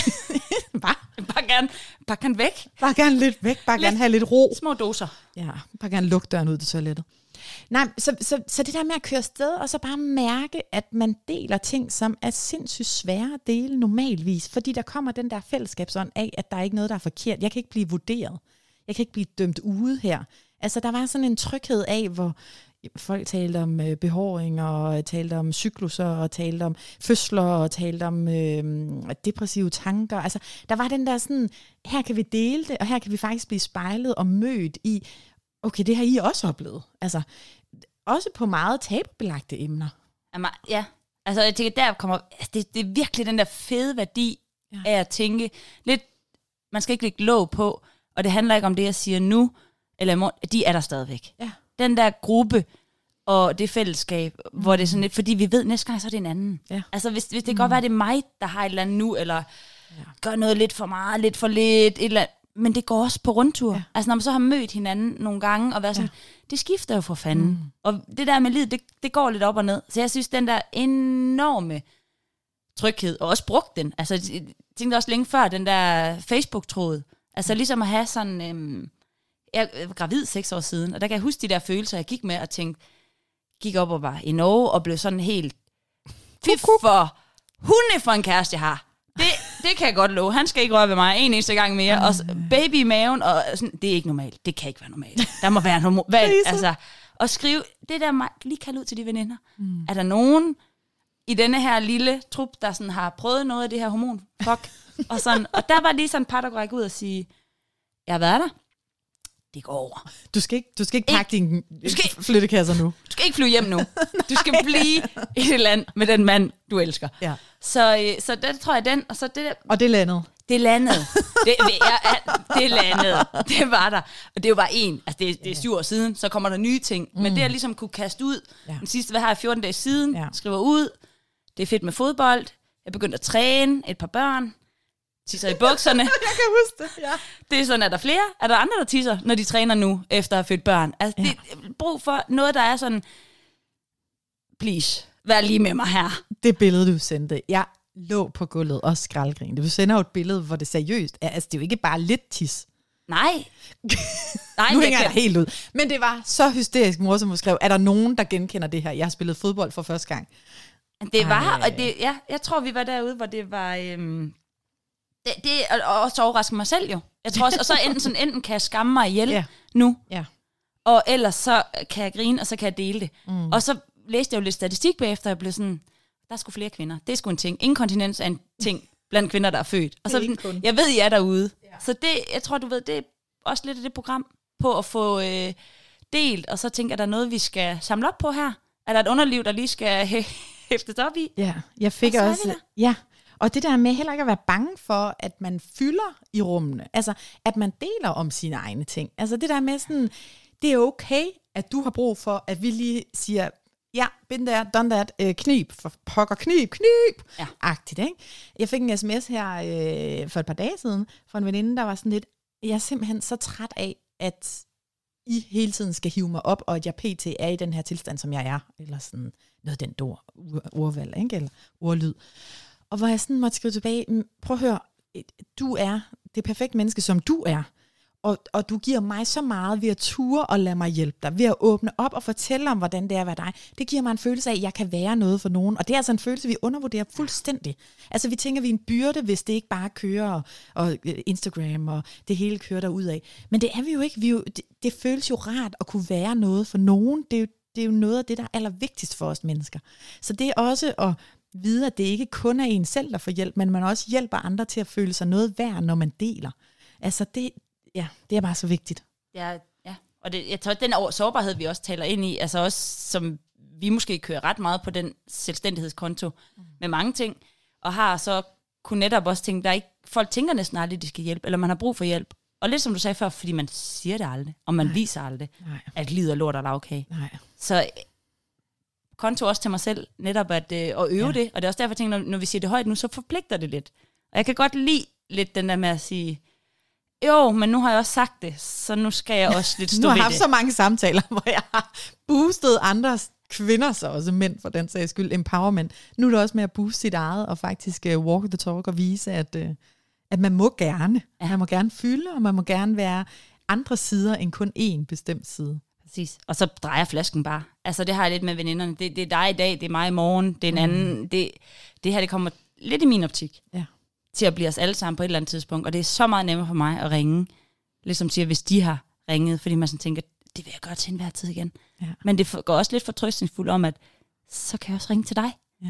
Hvad? Bare gerne væk. Bare gerne lidt væk, gerne have lidt ro. Små doser. Ja, bare gerne lukke døren ud til toilettet. Nej, så det der med at køre afsted, og så bare mærke, at man deler ting, som er sindssygt svære at dele normalvis, fordi der kommer den der fællesskabsånd af, at der er ikke noget, der er forkert. Jeg kan ikke blive vurderet. Jeg kan ikke blive dømt ude her. Altså, der var sådan en tryghed af, hvor folk talte om behåring, og talte om cykluser, og talte om fødsler, og talte om depressive tanker. Altså, der var den der sådan, her kan vi dele det, og her kan vi faktisk blive spejlet og mødt i, okay, det har I også oplevet. Altså, også på meget tabubelagte emner. Ja, altså jeg tænker, der kommer, det er virkelig den der fede værdi af at tænke lidt, man skal ikke lægge låg på, og det handler ikke om det, jeg siger nu, eller i morgen, de er der stadigvæk. Ja. Den der gruppe, og det fællesskab, hvor det er sådan lidt, fordi vi ved, næste gang, så er det en anden. Ja. Altså, hvis det kan godt være, det er mig, der har et eller andet nu, eller gør noget lidt for meget, lidt for lidt, et eller andet, men det går også på rundtur. Ja. Altså, når man så har mødt hinanden nogle gange, og været sådan, det skifter jo for fanden. Og det der med livet, det går lidt op og ned. Så jeg synes, den der enorme tryghed, og også brugt den. Altså, jeg tænkte også længe før, den der Facebook-tråd. Altså, ligesom at have sådan... jeg var gravid 6 år siden, og der kan jeg huske de der følelser, jeg gik med og tænkte, gik op og var i Norge, og blev sådan helt... Fy for hunde for en kæreste, jeg har. Det kan jeg godt love. Han skal ikke røre ved mig en eneste gang mere. Og baby i maven, og sådan, det er ikke normalt. Det kan ikke være normalt. Der må være normalt. Altså, og skrive, det der, lige kalde ud til de veninder. Er der nogen i denne her lille trup, der sådan har prøvet noget af det her hormon? Fuck. Og der var lige sådan et par, der går ud og sige, jeg har været der. Det går over. Du skal ikke pakke dine flyttekasser nu. Du skal ikke flyve hjem nu. Du skal blive i det land med den mand, du elsker. Ja. Så det tror jeg og så det der, og det landede. Det landede. Det landede. Det var der. Og det er jo bare altså det er 7 år siden, så kommer der nye ting. Men det jeg ligesom kunne kaste ud, den sidste, hvad har jeg 14 dage siden, skriver ud, det er fedt med fodbold, jeg begyndte at træne, et par børn, tisser i bukserne. Jeg kan huske det, ja. Det er sådan, er der flere? Er der andre, der tisser, når de træner nu, efter at have født børn? Altså, det er brug for noget, der er sådan, please, vær lige med mig her. Det billede, du sendte, jeg lå på gulvet og skraldgrinede. Du sender jo et billede, hvor det seriøst er, altså det er jo ikke bare lidt tis. Nej. Nu hænger jeg helt ud. Men det var så hysterisk, mor, som skrev, er der nogen, der genkender det her? Jeg har spillet fodbold for første gang. Det var, og det, jeg tror, vi var derude, hvor det var... og også overrasker mig selv jo. Jeg tror også, og så enten kan jeg skamme mig ihjel nu, og ellers så kan jeg grine, og så kan jeg dele det. Og så læste jeg jo lidt statistik bagefter, og jeg blev sådan, der er sgu flere kvinder. Det er sgu en ting. Inkontinens er en ting blandt kvinder, der er født. Og så jeg ved, I er derude. Så det, jeg tror, du ved, det er også lidt af det program på at få delt, og så tænker jeg, der er noget, vi skal samle op på her? Er der et underliv, der lige skal hæftes op i? Ja, jeg fik også... Og det der med heller ikke at være bange for, at man fylder i rummene. Altså, at man deler om sine egne ting. Altså det der med sådan, det er okay, at du har brug for, at vi lige siger, ja, been there, done that, knib, for pokker, knib, agtigt, ikke? Jeg fik en sms her for et par dage siden, fra en veninde, der var sådan lidt, jeg er simpelthen så træt af, at I hele tiden skal hive mig op, og at jeg pt. Er i den her tilstand, som jeg er, eller sådan noget den ordvalg, ikke? Eller ordlyd. Og hvor jeg sådan måtte skrive tilbage, prøv at høre, du er det perfekte menneske, som du er, og du giver mig så meget ved at ture og lade mig hjælpe dig, ved at åbne op og fortælle om, hvordan det er at være dig. Det giver mig en følelse af, at jeg kan være noget for nogen, og det er altså en følelse, vi undervurderer fuldstændig. Altså vi tænker, vi er en byrde, hvis det ikke bare kører, og Instagram, og det hele kører derudad. Men det er vi jo ikke. Det føles jo rart at kunne være noget for nogen. Det er jo noget af det, der er allervigtigst for os mennesker. Så det er også at vide, at det ikke kun er en selv, der får hjælp, men man også hjælper andre til at føle sig noget værd, når man deler. Altså det er bare så vigtigt. Ja. Og jeg tror, at den sårbarhed, vi også taler ind i, altså også, som vi måske kører ret meget på den selvstændighedskonto med mange ting, og har så kunne netop også tænke, folk tænker næsten aldrig, de skal hjælpe, eller man har brug for hjælp. Og lidt som du sagde før, fordi man siger det aldrig, og man viser aldrig, at livet er lort og lavkage. Så konto også til mig selv, netop at øve det, og det er også derfor, jeg tænker, når vi siger det højt nu, så forpligter det lidt. Og jeg kan godt lide lidt den der med at sige, jo, men nu har jeg også sagt det, så nu skal jeg også lidt stå ved det. Nu har jeg haft så mange samtaler, hvor jeg har boostet andres kvinder, så også mænd for den sags skyld, empowerment. Nu er det også med at booste sit eget, og faktisk walk the talk, og vise, at man må gerne. Ja. Man må gerne fylde, og man må gerne være andre sider, end kun én bestemt side. Præcis. Og så drejer flasken bare. Altså det har jeg lidt med veninderne. Det er dig i dag, det er mig i morgen, det er en anden. Det her, det kommer lidt i min optik. Ja. Til at blive os alle sammen på et eller andet tidspunkt. Og det er så meget nemmere for mig at ringe, ligesom siger, hvis de har ringet, fordi man sådan tænker, det vil jeg gøre til enhver tid igen. Ja. Men det går også lidt fortrøstningsfuldt om, at så kan jeg også ringe til dig. Ja.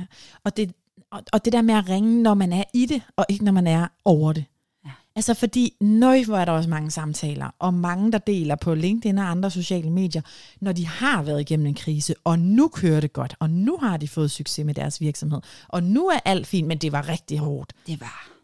Og det der med at ringe, når man er i det, og ikke når man er over det. Ja. Altså fordi, hvor er der også mange samtaler, og mange, der deler på LinkedIn og andre sociale medier, når de har været igennem en krise, og nu kører det godt, og nu har de fået succes med deres virksomhed, og nu er alt fint, men det var rigtig hårdt. Det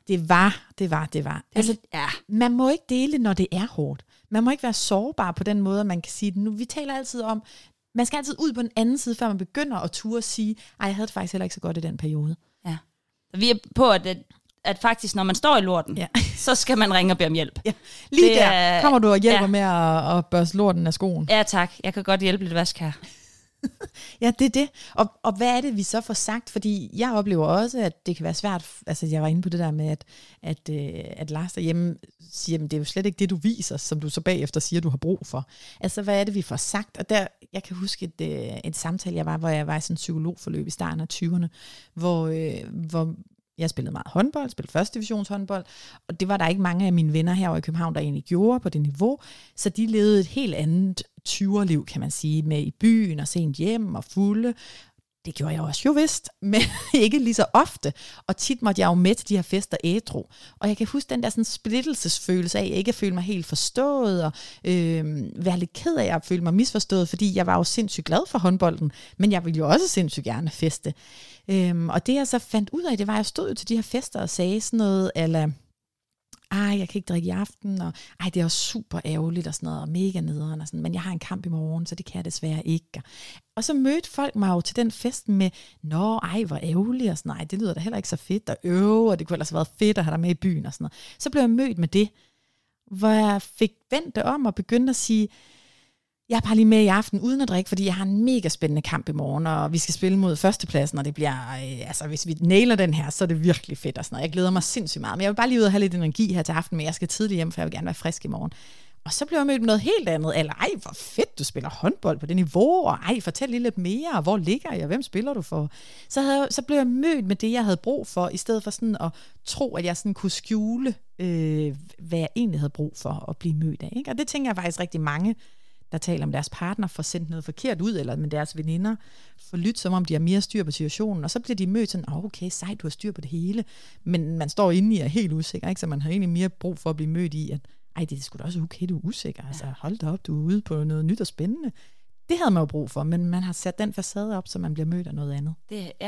var. Altså, man må ikke dele, når det er hårdt. Man må ikke være sårbar på den måde, man kan sige det. Nu, vi taler altid om, man skal altid ud på den anden side, før man begynder at ture og sige, jeg havde det faktisk heller ikke så godt i den periode. Ja. Vi er på, at faktisk, når man står i lorten, så skal man ringe og bede om hjælp. Ja. Lige der kommer du og hjælper med at børste lorten af skoen. Ja tak, jeg kan godt hjælpe lidt vask her. Ja, det er det. Og hvad er det, vi så får sagt? Fordi jeg oplever også, at det kan være svært. Altså, jeg var inde på det der med, at Lars derhjemme siger, at det er jo slet ikke det, du viser, som du så bagefter siger, du har brug for. Altså, hvad er det, vi får sagt? Og der, jeg kan huske et samtale, hvor jeg var i sådan en psykologforløb i starten af 20'erne, hvor jeg spillede meget håndbold, spillede første divisions håndbold, og det var der ikke mange af mine venner her i København, der egentlig gjorde på det niveau, så de levede et helt andet 20'er-liv, kan man sige, med i byen og sent hjem og fulde. Det gjorde jeg også jo vist, men ikke lige så ofte, og tit måtte jeg jo med til de her fester ædru. Og jeg kan huske den der sådan splittelsesfølelse af, ikke at føle mig helt forstået, og være lidt ked af at føle mig misforstået, fordi jeg var jo sindssygt glad for håndbolden, men jeg ville jo også sindssygt gerne feste. Og det jeg så fandt ud af, det var, at jeg stod jo til de her fester og sagde sådan noget, eller jeg kan ikke drikke i aften, og det er også super ærgerligt og sådan noget, og mega nederen, og sådan, men jeg har en kamp i morgen, så det kan jeg desværre ikke. Og så mødte folk mig jo til den fest med, hvor ærgerligt, og sådan, det lyder da heller ikke så fedt, og det kunne ellers have været fedt at have dig med i byen, og sådan noget. Så blev jeg mødt med det, hvor jeg fik vendt det om, og begyndte at sige, jeg er bare lige med i aften uden at drikke, fordi jeg har en mega spændende kamp i morgen, og vi skal spille mod førstepladsen, og det bliver, hvis vi nailer den her, så er det virkelig fedt og sådan noget. Jeg glæder mig sindssygt meget, men jeg vil bare lige ud og have lidt energi her til aften, men jeg skal tidligt hjem, for jeg vil gerne være frisk i morgen. Og så blev jeg mødt med noget helt andet, eller hvor fedt, du spiller håndbold på det niveau, og fortæl lige lidt mere, og hvor ligger jeg, hvem spiller du for? Så blev jeg mødt med det, jeg havde brug for, i stedet for sådan at tro, at jeg sådan kunne skjule, hvad jeg egentlig havde brug for at blive mødt af. Ikke? Og det tænker jeg faktisk rigtig mange, der taler om deres partner, får sendt noget forkert ud, eller med deres veninder, får lyttet, som om de har mere styr på situationen, og så bliver de mødt sådan, okay, sejt, du har styr på det hele, men man står inde i og er helt usikker, ikke? Så man har egentlig mere brug for at blive mødt i, at det er sgu da også okay, du er usikker, altså hold da op, du er ude på noget nyt og spændende. Det havde man jo brug for, men man har sat den facade op, så man bliver mødt af noget andet.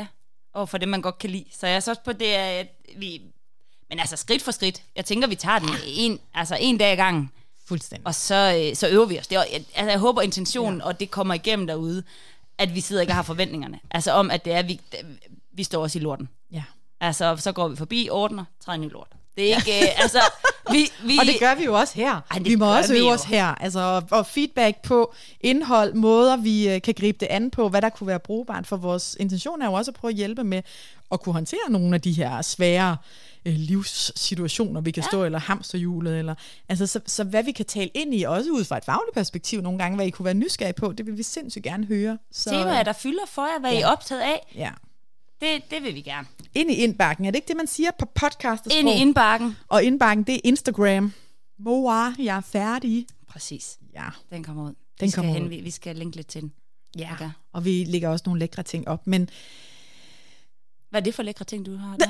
og for det, man godt kan lide. Så jeg er så også på det, at vi... Men altså skridt for skridt. Jeg tænker, vi tager den en dag ad gangen. Fuldstændig. Og så øver vi os. Jeg håber intentionen, og det kommer igennem derude, at vi sidder ikke og har forventningerne. Altså om, at det er, vi står også i lorten. Ja. Altså, så går vi forbi, ordner, træder ny lort. Det er ikke, vi... Og det gør vi jo også her. Vi må også øve os her. Altså, og feedback på indhold, måder vi kan gribe det an på, hvad der kunne være brugbart. For vores intention er jo også at prøve at hjælpe med at kunne håndtere nogle af de her svære livssituationer, vi kan stå, eller hamsterhjulet, eller altså, så hvad vi kan tale ind i, også ud fra et fagligt perspektiv nogle gange, hvad I kunne være nysgerrige på, det vil vi sindssygt gerne høre. Temaer, der fylder for jer, hvad I er optaget af. Ja. Det vil vi gerne. Ind i indbakken, er det ikke det, man siger på podcastet? Ind i indbakken. Og indbakken, det er Instagram. Moa, jeg er færdig. Præcis. Ja. Den kommer ud. Vi skal linke lidt til den. Ja, okay. Og vi lægger også nogle lækre ting op, men... Hvad er det for lækre ting, du har der?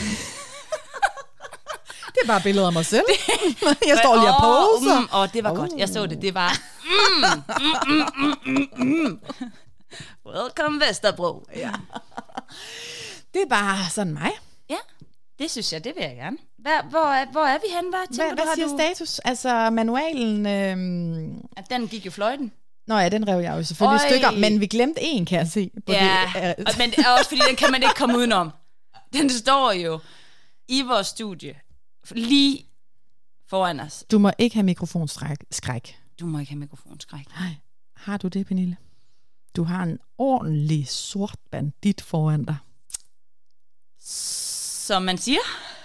Det er bare billeder af mig selv. Jeg står lige og poser. Det var godt. Jeg så det. Det var... Welcome Vesterbro. Ja. Det er bare sådan mig. Ja, det synes jeg, det vil jeg gerne. Hvor er vi henne? Hvad siger status? Altså manualen... Den gik jo fløjten. Nå ja, den rev jeg jo selvfølgelig i stykker, men vi glemte en, kan jeg se. På men også fordi den kan man ikke komme udenom. Den står jo i vores studie, lige foran os. Du må ikke have mikrofonskræk. Du må ikke have mikrofonskræk. Nej. Har du det, Pernille? Du har en ordentlig sort bandit foran dig. Som man siger.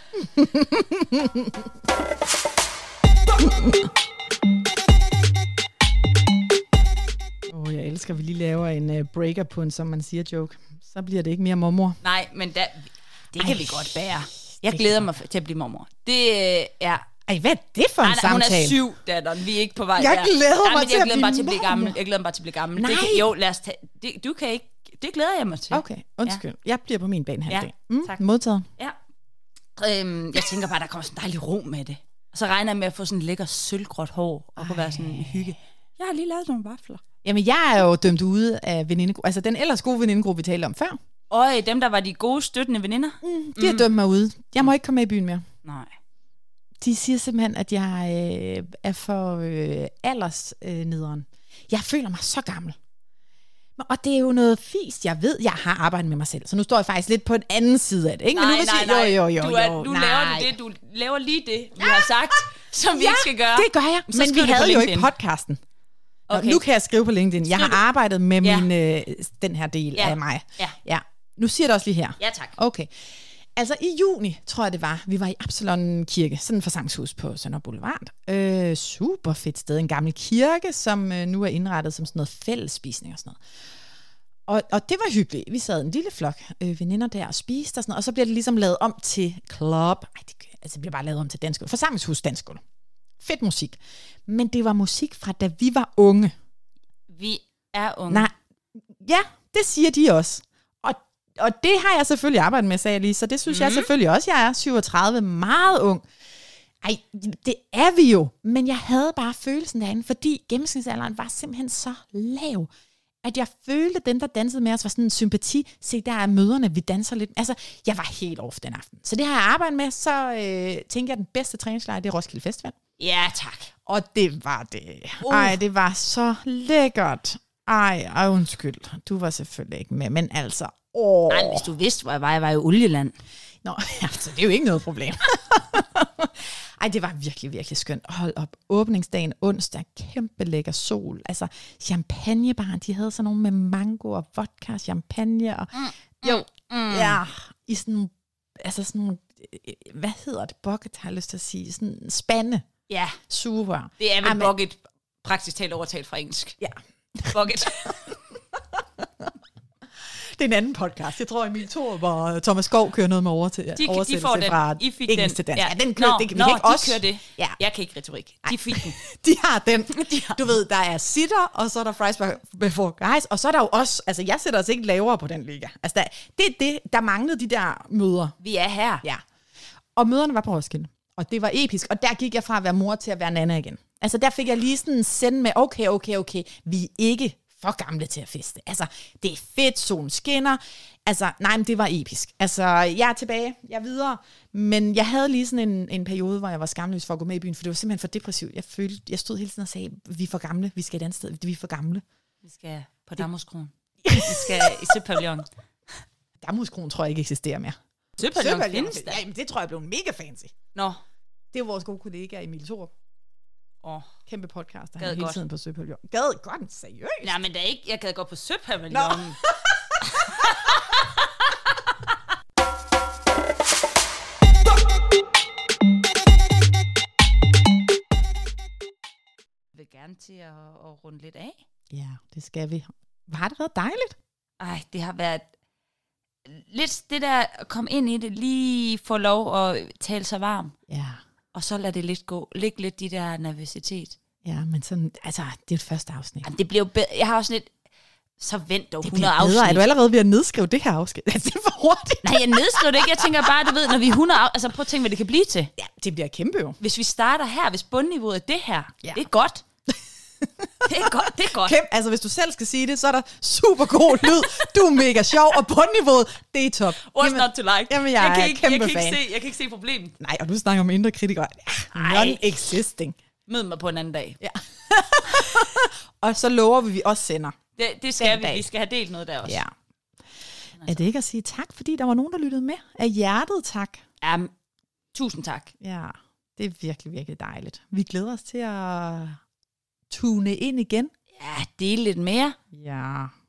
Jeg elsker, at vi lige laver en breaker på en, som man siger, joke. Så bliver det ikke mere mormor. Nej, men det kan vi godt bære. Jeg glæder mig til at blive mormor. Det er... Ej, hvad er det for en samtale? Hun er 7, datteren. Vi er ikke på vej jeg glæder mig til at blive gammel. Jeg glæder mig bare til at blive gammel. Nej. Lad os tage... Du kan ikke... Det glæder jeg mig til. Okay, undskyld. Ja. Jeg bliver på min banehalvdel. Tak. Modtaget. Ja. Jeg tænker bare, der kommer sådan en dejlig ro med det. Og så regner jeg med at få sådan en lækker sølvgråt hår, og kunne være sådan en hygge. Jeg har lige lavet nogle vafler. Jamen, jeg er jo dømt ude af venindegruppe. Altså, den ellers gode venindegruppe, vi talte om før. Dem, der var de gode, støttende veninder. De har dømt mig ude. Jeg må ikke komme med i byen mere. Nej. De siger simpelthen, at jeg er for aldersnederen. Jeg føler mig så gammel. Og det er jo noget fisk, jeg ved. Jeg har arbejdet med mig selv, så nu står jeg faktisk lidt på en anden side af det. Ikke? Nej, men nu nej. Du laver lige det, vi har sagt, som vi ikke skal gøre. Det gør jeg. Men vi havde jo ikke podcasten. Okay. Nu kan jeg skrive på LinkedIn. Jeg har arbejdet med den her del af mig. Ja. Nu siger det også lige her. Ja, tak. Okay. Altså i juni, tror jeg det var, vi var i Absalon Kirke, sådan en forsamlingshus på Sønder Boulevard. Super fedt sted, en gammel kirke, som nu er indrettet som sådan noget fællesspisning og sådan noget. Og det var hyggeligt. Vi sad en lille flok veninder der og spiste og sådan noget, og så bliver det ligesom lavet om til club. Det bliver bare lavet om til dansk forsamlingshus dansk. Fedt musik. Men det var musik fra da vi var unge. Vi er unge. Nej, ja, det siger de også. Og det har jeg selvfølgelig arbejdet med, sagde jeg lige, så det synes jeg selvfølgelig også. Jeg er 37, meget ung. Ej, det er vi jo. Men jeg havde bare følelsen derinde, fordi gennemsnitsalderen var simpelthen så lav, at jeg følte, at dem, der dansede med os, var sådan en sympati. Se, der er møderne, vi danser lidt. Altså, jeg var helt off den aften. Så det har jeg arbejdet med, så tænker jeg, at den bedste træningslejr, det er Roskilde Festival. Ja, tak. Og det var det. Ej, det var så lækkert. Ej, undskyld. Du var selvfølgelig ikke med, men altså... Nej, hvis du vidste, hvor jeg var jo olieland. Nå, altså, det er jo ikke noget problem. Ej, det var virkelig, virkelig skønt. Hold op. Åbningsdagen onsdag, kæmpe lækker sol. Altså, champagnebaren, de havde sådan nogle med mango og vodka, champagne og... Ja, i sådan, altså sådan nogle, hvad hedder det, bucket, har jeg lyst til at sige, sådan spande. Ja. Sugerør. Det er vel bucket, praktisk talt overtalt fra engelsk. Ja. Bucket. Det er en anden podcast. Jeg tror, Emil Thorup og Thomas Skov kører noget med oversættelse fra engelsk til dansk. Ja, den kører, det kan vi ikke også. Kører det. Ja. Jeg kan ikke retorik. De fik den. De har den. Du ved, der er sitter, og så er der fries before guys, og så er der jo også, altså jeg sætter os ikke lavere på den liga. Altså der manglede de der møder. Vi er her. Ja. Og møderne var på Roskilde. Og det var episk, og der gik jeg fra at være mor til at være Nana igen. Altså der fik jeg lige sådan en send med, okay, vi er ikke for gamle til at feste. Altså, det er fedt, solen skinner. Altså, nej, men det var episk. Altså, jeg er tilbage, jeg er videre. Men jeg havde lige sådan en periode, hvor jeg var skamløs for at gå med i byen, for det var simpelthen for depressivt. Jeg stod hele tiden og sagde, vi er for gamle, vi skal et andet sted, vi er for gamle. Vi skal på Damhuskroen. Vi skal i Søpavillon. Damhuskroen tror jeg ikke eksisterer mere. Søpavillon findes der. Ja, men det tror jeg blev mega fancy. Nå. Det er jo vores gode kollega Emil Thorup. Kæmpe podcast, der er hele tiden på Søpavillon. Gad godt, seriøst. Nej, men det er ikke, jeg gad godt på Søpavillon. Jeg vil gerne til at runde lidt af. Ja, det skal vi. Har det været dejligt? Ej, det har været lidt det der at komme ind i det, lige få lov at tale sig varm. Ja. Og så lad det lidt gå. Læg lidt de der nervøsitet. Ja, men sådan, altså, det er et første afsnit. Jamen, det bliver jo bedre. Jeg har også lidt, så vent dog 100 afsnit. Er du allerede ved at nedskrive det her afsnit? Altså, det er for hurtigt. Nej, jeg nedskriver det ikke. Jeg tænker bare, du ved, når vi er 100 altså prøv at tænke, hvad det kan blive til. Ja, det bliver kæmpe jo. Hvis vi starter her, hvis bundniveauet er det her, det er godt. Det er godt. Altså, hvis du selv skal sige det, så er der super god lyd. Du er mega sjov, og bundniveauet, det er top. What's not to like? Jamen, jeg er kæmpe fan. Jeg kan ikke se problemet. Nej, og du snakker om indre kritikere. Non-existing. Mød mig på en anden dag. Ja. Og så lover vi også sender. Det skal vi. Vi skal have delt noget der også. Ja. Er det ikke at sige tak, fordi der var nogen, der lyttede med? Af hjertet tak. Ja, tusind tak. Ja, det er virkelig, virkelig dejligt. Vi glæder os til at tune ind igen. Ja, dele lidt mere. Ja.